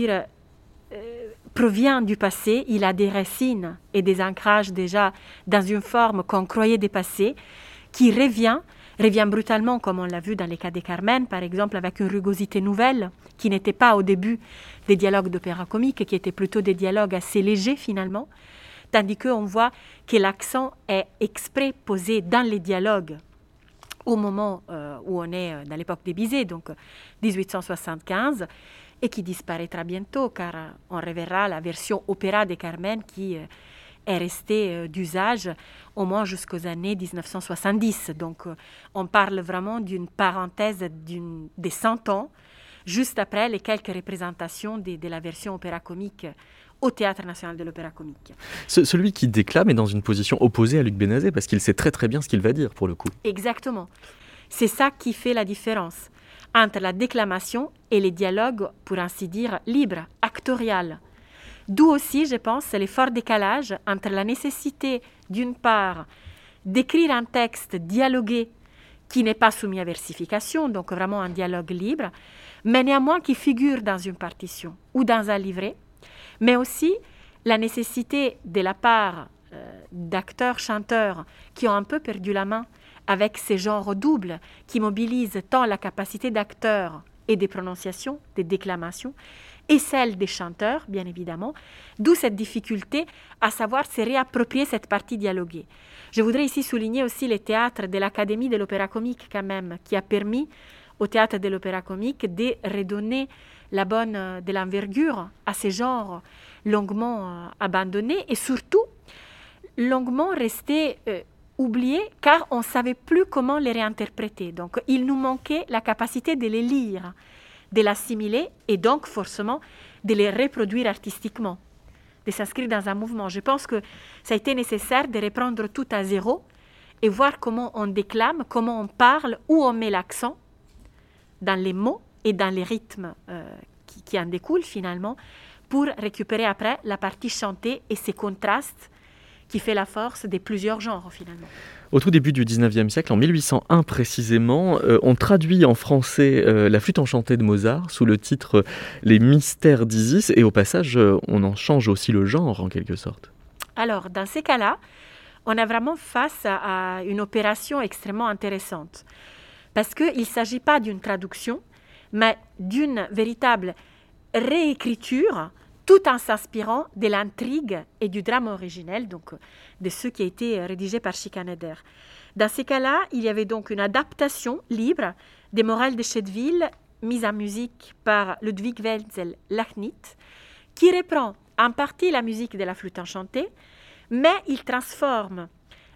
provient du passé. Il a des racines et des ancrages déjà dans une forme qu'on croyait dépassée, qui revient brutalement, comme on l'a vu dans les cas des Carmen, par exemple, avec une rugosité nouvelle, qui n'était pas au début des dialogues d'opéra comique, qui étaient plutôt des dialogues assez légers finalement. Tandis qu'on voit que l'accent est exprès posé dans les dialogues au moment où on est dans l'époque des Bizet, donc 1875, et qui disparaîtra bientôt, car on reverra la version opéra des Carmen qui est restée d'usage au moins jusqu'aux années 1970. Donc on parle vraiment d'une parenthèse des 100 ans, juste après les quelques représentations de la version opéra comique au Théâtre national de l'Opéra comique.
Celui qui déclame est dans une position opposée à Luc Benazet, parce qu'il sait très très bien ce qu'il va dire, pour le coup.
Exactement. C'est ça qui fait la différence entre la déclamation et les dialogues, pour ainsi dire, libres, actoriales. D'où aussi, je pense, les forts décalages entre la nécessité, d'une part, d'écrire un texte dialogué qui n'est pas soumis à versification, donc vraiment un dialogue libre, mais néanmoins qui figure dans une partition ou dans un livret, mais aussi la nécessité de la part d'acteurs-chanteurs qui ont un peu perdu la main avec ces genres doubles qui mobilisent tant la capacité d'acteurs et des prononciations, des déclamations, et celle des chanteurs, bien évidemment, d'où cette difficulté à savoir se réapproprier cette partie dialoguée. Je voudrais ici souligner aussi les théâtres de l'Académie de l'Opéra comique quand même, qui a permis au Théâtre de l'Opéra comique de redonner de l'envergure à ces genres longuement abandonnés et surtout longuement restés oubliés car on ne savait plus comment les réinterpréter. Donc il nous manquait la capacité de les lire, de l'assimiler et donc forcément de les reproduire artistiquement, de s'inscrire dans un mouvement. Je pense que ça a été nécessaire de reprendre tout à zéro et voir comment on déclame, comment on parle, où on met l'accent dans les mots et dans les rythmes qui en découlent finalement, pour récupérer après la partie chantée et ces contrastes qui fait la force des plusieurs genres finalement.
Au tout début du 19e siècle, en 1801 précisément, on traduit en français la flûte enchantée de Mozart sous le titre « Les mystères d'Isis » et au passage, on en change aussi le genre en quelque sorte.
Alors, dans ces cas-là, on a vraiment face à une opération extrêmement intéressante parce qu'il ne s'agit pas d'une traduction, mais d'une véritable réécriture tout en s'inspirant de l'intrigue et du drame originel, donc de ce qui a été rédigé par Schikaneder. Dans ces cas-là, il y avait donc une adaptation libre des Morales de Chédeville, mise en musique par Ludwig Wenzel Lachnit, qui reprend en partie la musique de la flûte enchantée, mais il transforme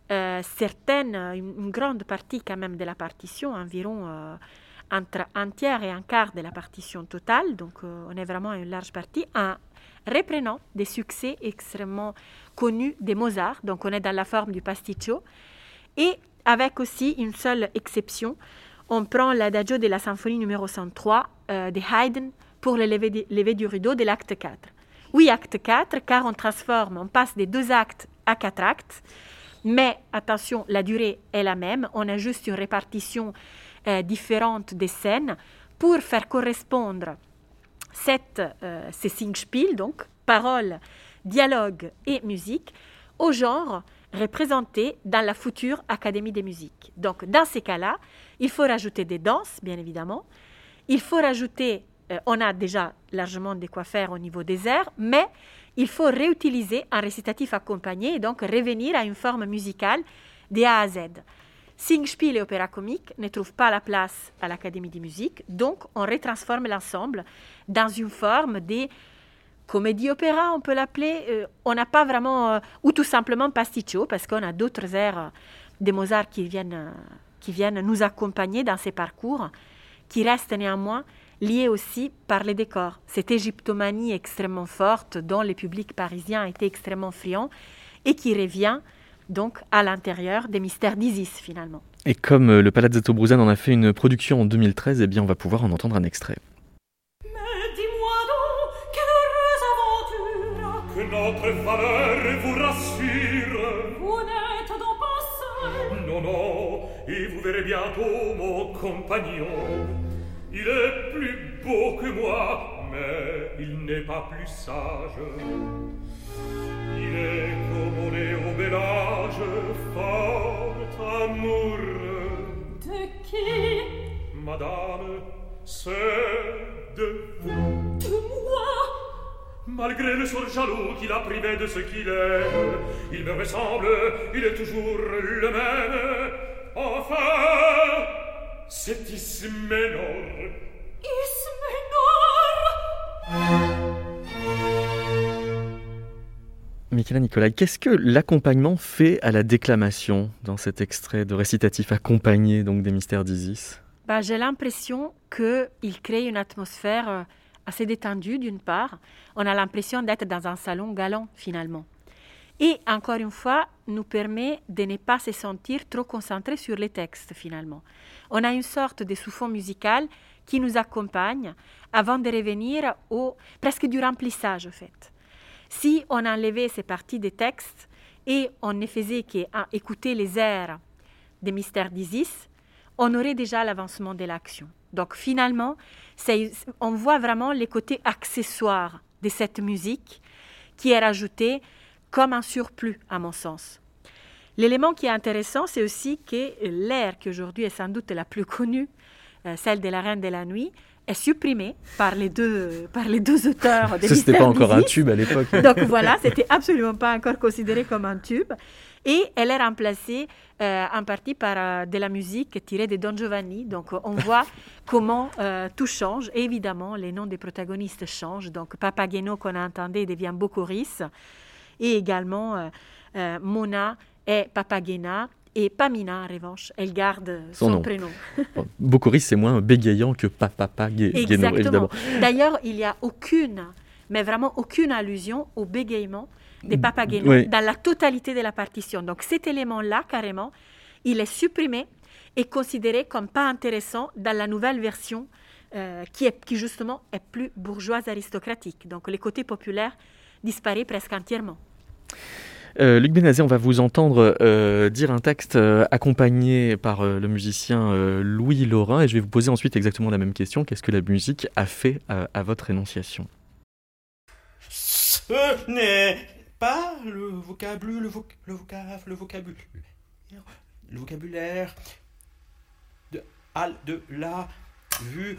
une grande partie quand même de la partition, environ entre un tiers et un quart de la partition totale, donc on est vraiment à une large partie, en reprenant des succès extrêmement connus de Mozart, donc on est dans la forme du pasticcio, et avec aussi une seule exception, on prend l'adagio de la symphonie numéro 103 de Haydn pour le lever du rideau de l'acte 4. Oui, acte 4, car on passe des 2 actes à 4 actes, mais attention, la durée est la même, on a juste une répartition différente des scènes pour faire correspondre ces Singspiel, donc paroles, dialogue et musique, au genre représenté dans la future Académie des musiques. Donc dans ces cas-là, il faut rajouter des danses, bien évidemment, il faut rajouter, on a déjà largement de quoi faire au niveau des airs, mais il faut réutiliser un récitatif accompagné et donc revenir à une forme musicale de A à Z. Singspiel et opéra comique ne trouvent pas la place à l'Académie de musique, donc on retransforme l'ensemble dans une forme de comédie-opéra, on peut l'appeler. On n'a pas vraiment, ou tout simplement pasticcio, parce qu'on a d'autres airs de Mozart qui viennent nous accompagner dans ces parcours, qui restent néanmoins liés aussi par les décors. Cette égyptomanie extrêmement forte dont le public parisien était extrêmement friand et qui revient donc à l'intérieur des mystères d'Isis finalement.
Et comme le Palazzetto Bruzane en a fait une production en 2013, eh bien on va pouvoir en entendre un extrait.
Mais dis-moi donc, quelle heureuse aventure
Que notre valeur vous rassure.
Vous n'êtes donc pas seul.
Non, non, et vous verrez bientôt mon compagnon. Il est plus beau que moi, mais il n'est pas plus sage. Il est comme on est au bel âge, fort amoureux.
De qui?
Madame, c'est de vous.
De moi?
Malgré le sort jaloux qui l'a privé de ce qu'il est, il me ressemble, il est toujours le même. Enfin, c'est Isménor.
Isménor!
Michaela Nicolai, qu'est-ce que l'accompagnement fait à la déclamation dans cet extrait de récitatif accompagné donc des mystères d'Isis?
J'ai l'impression qu'il crée une atmosphère assez détendue d'une part. On a l'impression d'être dans un salon galant finalement. Et encore une fois, nous permet de ne pas se sentir trop concentrés sur les textes finalement. On a une sorte de sous-fond musical qui nous accompagne avant de revenir au presque du remplissage en fait. Si on enlevait ces parties des textes et on ne faisait qu'écouter les airs des mystères d'Isis, on aurait déjà l'avancement de l'action. Donc finalement, on voit vraiment les côtés accessoires de cette musique qui est rajoutée comme un surplus à mon sens. L'élément qui est intéressant, c'est aussi que l'air qui aujourd'hui est sans doute la plus connue, celle de la Reine de la Nuit, est supprimée par les deux auteurs des
Ça, c'était pas encore un
d'Isis.
tube à l'époque.
Donc voilà, c'était absolument pas encore considéré comme un tube. Et elle est remplacée en partie par de la musique tirée de Don Giovanni. Donc on voit comment tout change. Et évidemment, les noms des protagonistes changent. Donc Papageno qu'on a entendu devient Bocoris. Et également Mona est Papagena. Et Pamina, en revanche, elle garde son prénom.
Bocoris, c'est moins bégayant que Papageno, évidemment.
D'ailleurs, il n'y a aucune, mais vraiment aucune allusion au bégaiement des Papageno dans la totalité de la partition. Donc cet élément-là, carrément, il est supprimé et considéré comme pas intéressant dans la nouvelle version qui justement est plus bourgeoise aristocratique. Donc les côtés populaires disparaissent presque entièrement.
Luc Benazet, on va vous entendre dire un texte accompagné par le musicien Louis Laurin et je vais vous poser ensuite exactement la même question. Qu'est-ce que la musique a fait à votre énonciation?
Ce n'est pas le vocabulaire de la vue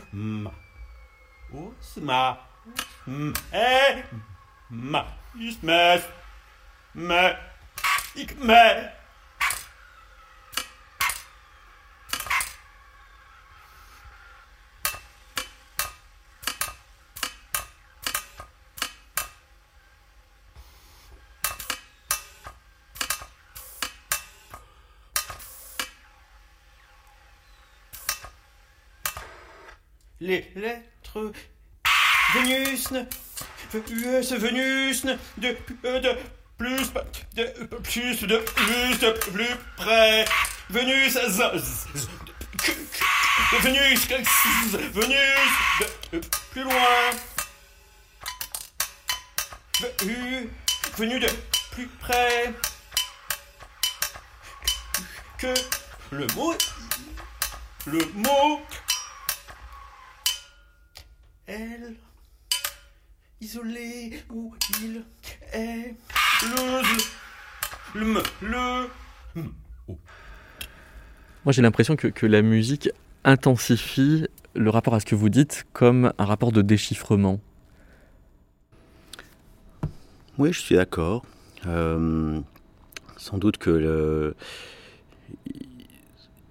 mais les lettres Vénus de plus près. Vénus de plus loin. Venu de plus près. Que le mot elle isolé où il est
Moi j'ai l'impression que la musique intensifie le rapport à ce que vous dites comme un rapport de déchiffrement.
Oui, je suis d'accord. Sans doute que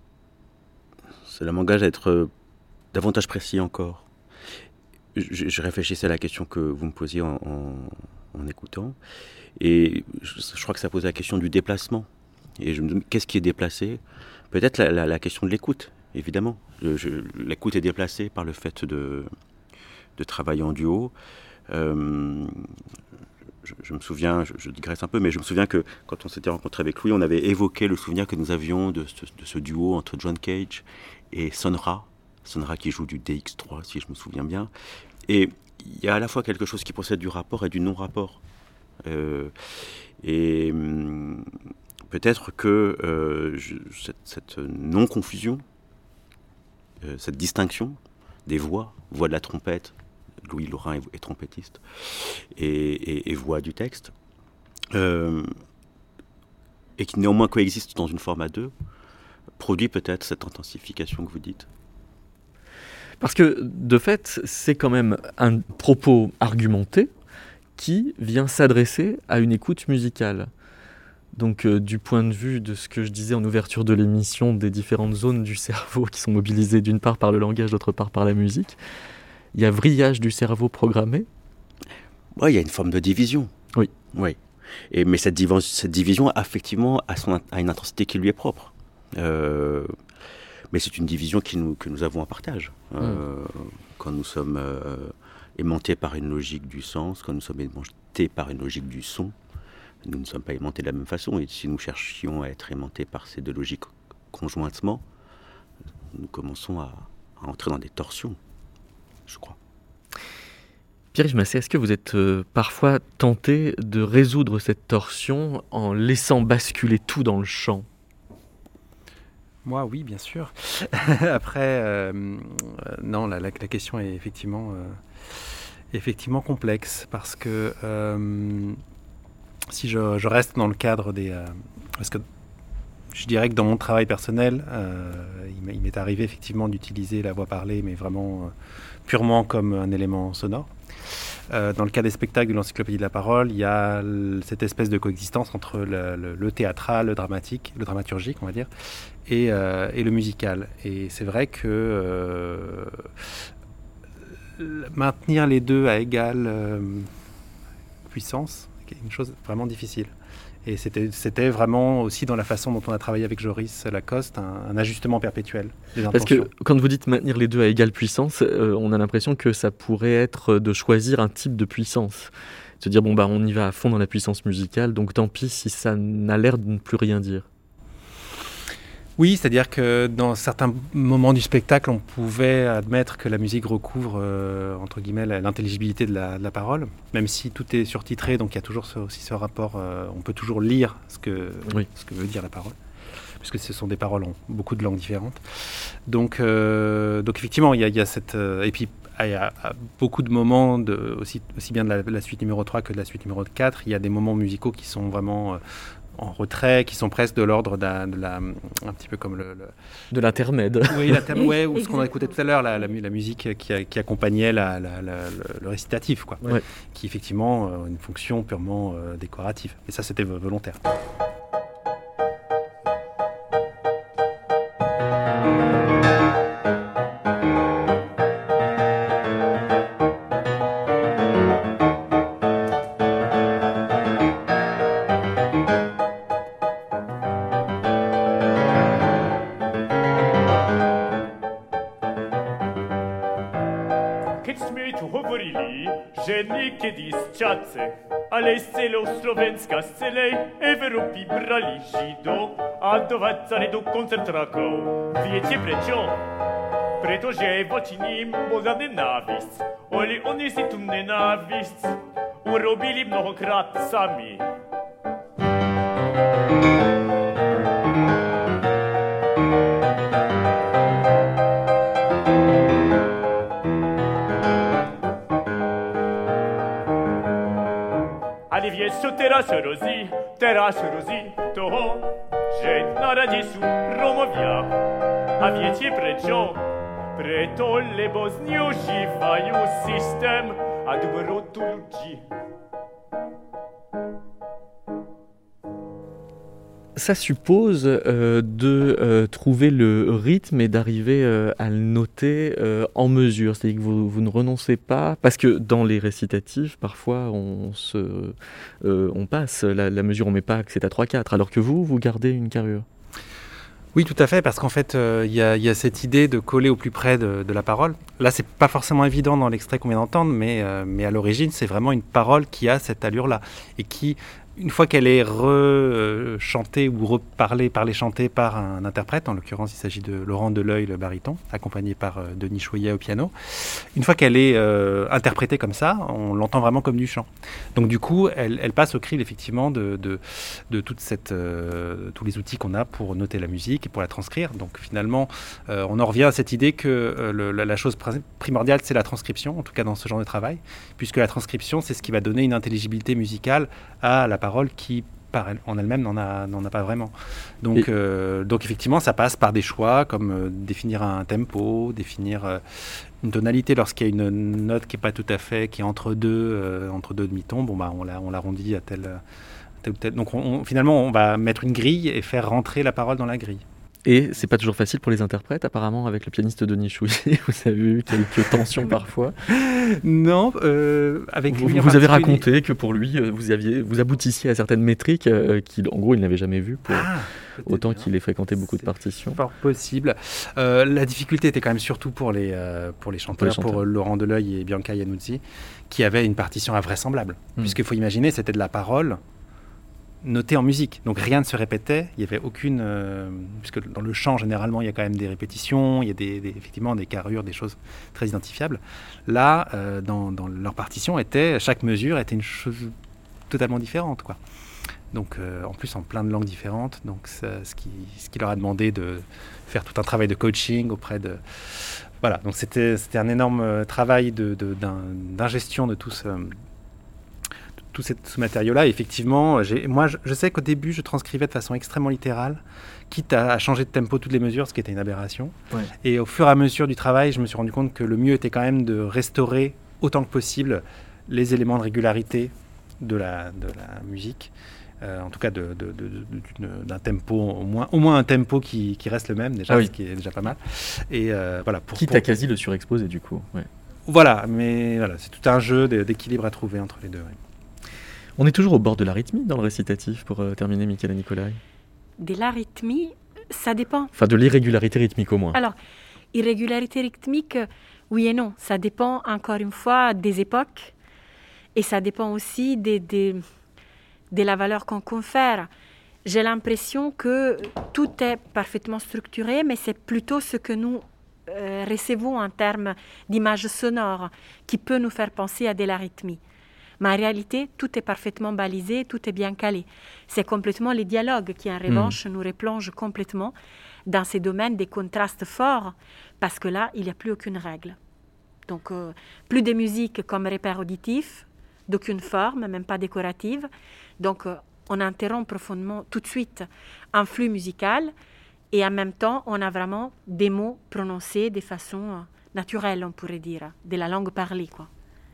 Cela m'engage à être davantage précis encore. Je réfléchissais à la question que vous me posiez en écoutant, et je crois que ça posait la question du déplacement. Et je me dis, qu'est-ce qui est déplacé ? Peut-être la question de l'écoute, évidemment. L'écoute est déplacée par le fait de travailler en duo. Je me souviens, je digresse un peu, mais je me souviens que quand on s'était rencontré avec Louis, on avait évoqué le souvenir que nous avions de ce duo entre John Cage et Sun Ra qui joue du DX3, si je me souviens bien. Et il y a à la fois quelque chose qui procède du rapport et du non-rapport. Peut-être que cette non-confusion, cette distinction des voix de la trompette, Louis Laurin est trompettiste, et voix du texte, et qui néanmoins coexiste dans une forme à deux, produit peut-être cette intensification que vous dites.
Parce que, de fait, c'est quand même un propos argumenté qui vient s'adresser à une écoute musicale. Donc, du point de vue de ce que je disais en ouverture de l'émission, des différentes zones du cerveau qui sont mobilisées d'une part par le langage, d'autre part par la musique, il y a vrillage du cerveau programmé.
Oui, il y a une forme de division.
Oui.
Mais cette division, effectivement, a une intensité qui lui est propre. Mais c'est une division que nous avons en partage. Quand nous sommes aimantés par une logique du sens, quand nous sommes aimantés par une logique du son, nous ne sommes pas aimantés de la même façon. Et si nous cherchions à être aimantés par ces deux logiques conjointement, nous commençons à entrer dans des torsions, je crois.
Pierre-Yves Massé, est-ce que vous êtes parfois tenté de résoudre cette torsion en laissant basculer tout dans le chant ?
Moi, oui, bien sûr. Après, non, la question est effectivement complexe parce que si je reste dans le cadre des... parce que je dirais que dans mon travail personnel, il m'est arrivé effectivement d'utiliser la voix parlée, mais vraiment purement comme un élément sonore. Dans le cas des spectacles de l'Encyclopédie de la parole, il y a cette espèce de coexistence entre le théâtral, le dramaturgique, on va dire, et le musical. Et c'est vrai que maintenir les deux à égale puissance, c'est une chose vraiment difficile. Et c'était vraiment aussi dans la façon dont on a travaillé avec Joris Lacoste, un ajustement perpétuel des intentions.
Parce que quand vous dites maintenir les deux à égale puissance, on a l'impression que ça pourrait être de choisir un type de puissance. Se dire, on y va à fond dans la puissance musicale, donc tant pis si ça n'a l'air de ne plus rien dire.
Oui, c'est-à-dire que dans certains moments du spectacle, on pouvait admettre que la musique recouvre, entre guillemets, l'intelligibilité de la parole, même si tout est surtitré, donc il y a toujours aussi ce rapport, on peut toujours lire ce que veut dire la parole, puisque ce sont des paroles en beaucoup de langues différentes. Donc effectivement, il y a cette... et puis, il y a beaucoup de moments, aussi bien de la suite numéro 3 que de la suite numéro 4, il y a des moments musicaux qui sont vraiment... en retrait, qui sont presque de l'ordre un petit peu comme
de l'intermède.
Oui, ou ce qu'on a écouté tout à l'heure, la musique qui accompagnait le récitatif, quoi.
Ouais.
Qui effectivement a une fonction purement décorative. Et ça, c'était volontaire.
Che disciace, alesse lo slovenska selej, Evropi brali žido, a dovacali do koncentrákov. Viete prečo? Pretože voči ním bola nenávisť. Oni si tu nenávisť urobili mnohokrát sami. Ale vieš, čo teraz hrozí toho, že na rade sú Rómovia. A viete prečo? Preto, lebo zneužívajú systém a dobrotu ľudí.
ça suppose de trouver le rythme et d'arriver à le noter en mesure. C'est-à-dire que vous ne renoncez pas, parce que dans les récitatifs, parfois on passe la mesure, on ne met pas que c'est à 3-4, alors que vous gardez une carrure.
Oui, tout à fait, parce qu'en fait, il y a cette idée de coller au plus près de la parole. Là, c'est pas forcément évident dans l'extrait qu'on vient d'entendre, mais à l'origine, c'est vraiment une parole qui a cette allure-là et qui, une fois qu'elle est chantée ou chantée par un interprète, en l'occurrence il s'agit de Laurent Deleuil, le baryton, accompagné par Denis Chouillet au piano, une fois qu'elle est interprétée comme ça, on l'entend vraiment comme du chant. Donc du coup, elle passe au crible effectivement de toute tous les outils qu'on a pour noter la musique et pour la transcrire. Donc finalement, on en revient à cette idée que la chose primordiale, c'est la transcription, en tout cas dans ce genre de travail, puisque la transcription, c'est ce qui va donner une intelligibilité musicale à la parole qui, en elle-même, n'en a pas vraiment. Donc effectivement, ça passe par des choix comme définir un tempo, définir une tonalité lorsqu'il y a une note qui n'est pas tout à fait, qui est entre deux demi-tons. Bon, on l'arrondit à tel ou tel. Donc finalement, on va mettre une grille et faire rentrer la parole dans la grille.
Et c'est pas toujours facile pour les interprètes, apparemment, avec le pianiste Denis Chouillet, vous avez eu quelques tensions parfois.
Non, avec lui.
Vous avez raconté que pour lui, vous aboutissiez à certaines métriques qu'en gros, il n'avait jamais vues, autant qu'il ait fréquenté beaucoup de partitions.
Fort possible. La difficulté était quand même surtout pour les chanteurs, pour Laurent Deleuil et Bianca Iannuzzi, qui avaient une partition invraisemblable. Puisqu'il faut imaginer, c'était de la parole noté en musique, donc rien ne se répétait, il n'y avait aucune, puisque dans le chant généralement il y a quand même des répétitions, il y a effectivement des carrures, des choses très identifiables. Là, dans leur partition, chaque mesure était une chose totalement différente, quoi. Donc en plus en plein de langues différentes, donc ce qui leur a demandé de faire tout un travail de coaching auprès de... Voilà, donc c'était un énorme travail d'ingestion de tout ce matériau-là. Et effectivement, moi, je sais qu'au début, je transcrivais de façon extrêmement littérale, quitte à changer de tempo toutes les mesures, ce qui était une aberration. Ouais. Et au fur et à mesure du travail, je me suis rendu compte que le mieux était quand même de restaurer autant que possible les éléments de régularité de la musique. En tout cas, d'un tempo, au moins un tempo qui reste le même, déjà, ce qui est déjà pas mal. Et voilà.
Quitte à quasi le surexposer, du coup. Ouais.
Voilà, mais voilà, c'est tout un jeu d'équilibre à trouver entre les deux. Ouais.
On est toujours au bord de l'arythmie dans le récitatif, pour terminer, Michaela Nicolai.
De l'arythmie, ça dépend.
Enfin, de l'irrégularité rythmique au moins.
Alors, irrégularité rythmique, oui et non. Ça dépend, encore une fois, des époques. Et ça dépend aussi de la valeur qu'on confère. J'ai l'impression que tout est parfaitement structuré, mais c'est plutôt ce que nous recevons en termes d'images sonores qui peut nous faire penser à de l'arythmie. Mais en réalité, tout est parfaitement balisé, tout est bien calé. C'est complètement les dialogues qui, en revanche, nous replongent complètement dans ces domaines des contrastes forts, parce que là, il n'y a plus aucune règle. Donc, plus de musique comme repère auditif, d'aucune forme, même pas décorative. Donc, on interrompt profondément tout de suite un flux musical et en même temps, on a vraiment des mots prononcés de façon naturelle, on pourrait dire, de la langue parlée, quoi.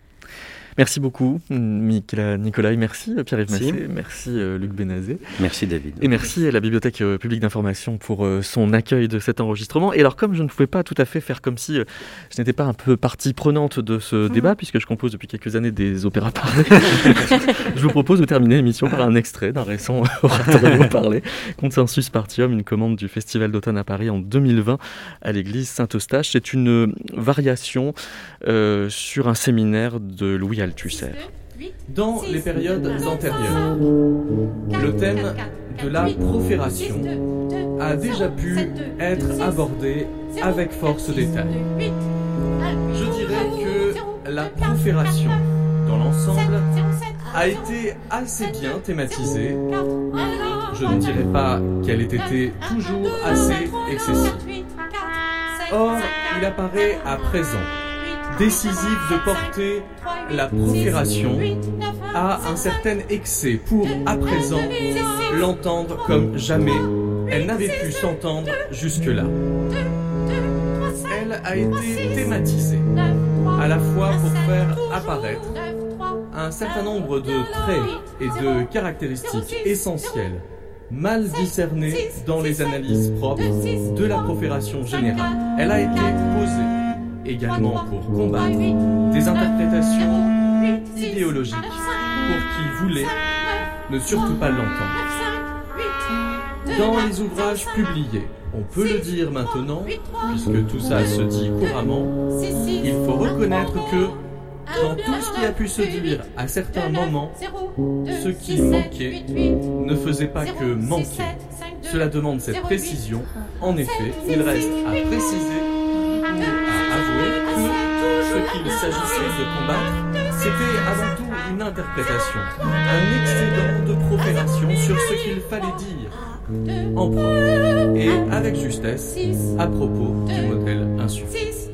Merci beaucoup, Michaela Nicolai. Merci, Pierre-Yves Massé. Merci, Luc Benazé.
Merci, David.
Et merci à la Bibliothèque publique d'information pour son accueil de cet enregistrement. Et alors, comme je ne pouvais pas tout à fait faire comme si je n'étais pas un peu partie prenante de ce débat, puisque je compose depuis quelques années des opéras parlés, je vous propose de terminer l'émission par un extrait d'un récent oratorio parlé, Consensus Partium, une commande du Festival d'automne à Paris en 2020 à l'église Saint-Eustache. C'est une variation sur un séminaire de Louis Althusser.
Dans les périodes antérieures, le thème de la profération a déjà pu être abordé avec force détail. Je dirais que la profération, dans l'ensemble, a été assez bien thématisée. Je ne dirais pas qu'elle ait été toujours assez excessive. Or, il apparaît à présent décisif de porter la profération à un certain excès pour, à présent, l'entendre comme jamais elle n'avait pu s'entendre jusque-là. Elle a été thématisée, à la fois pour faire apparaître un certain nombre de traits et de caractéristiques essentielles mal discernée dans les analyses propres de la profération générale. Elle a été posée également pour combattre des interprétations idéologiques pour qui voulait ne surtout pas l'entendre. Dans les ouvrages publiés, on peut le dire maintenant, puisque tout ça se dit couramment, il faut reconnaître que dans tout ce qui a pu se dire à certains moments, ce qui manquait ne faisait pas que manquer. Cela demande cette précision. En effet, il reste à préciser ou à avouer que ce qu'il s'agissait de combattre, c'était avant tout une interprétation, un excédent de profération sur ce qu'il fallait dire, en propre et avec justesse, à propos du modèle insuffisant.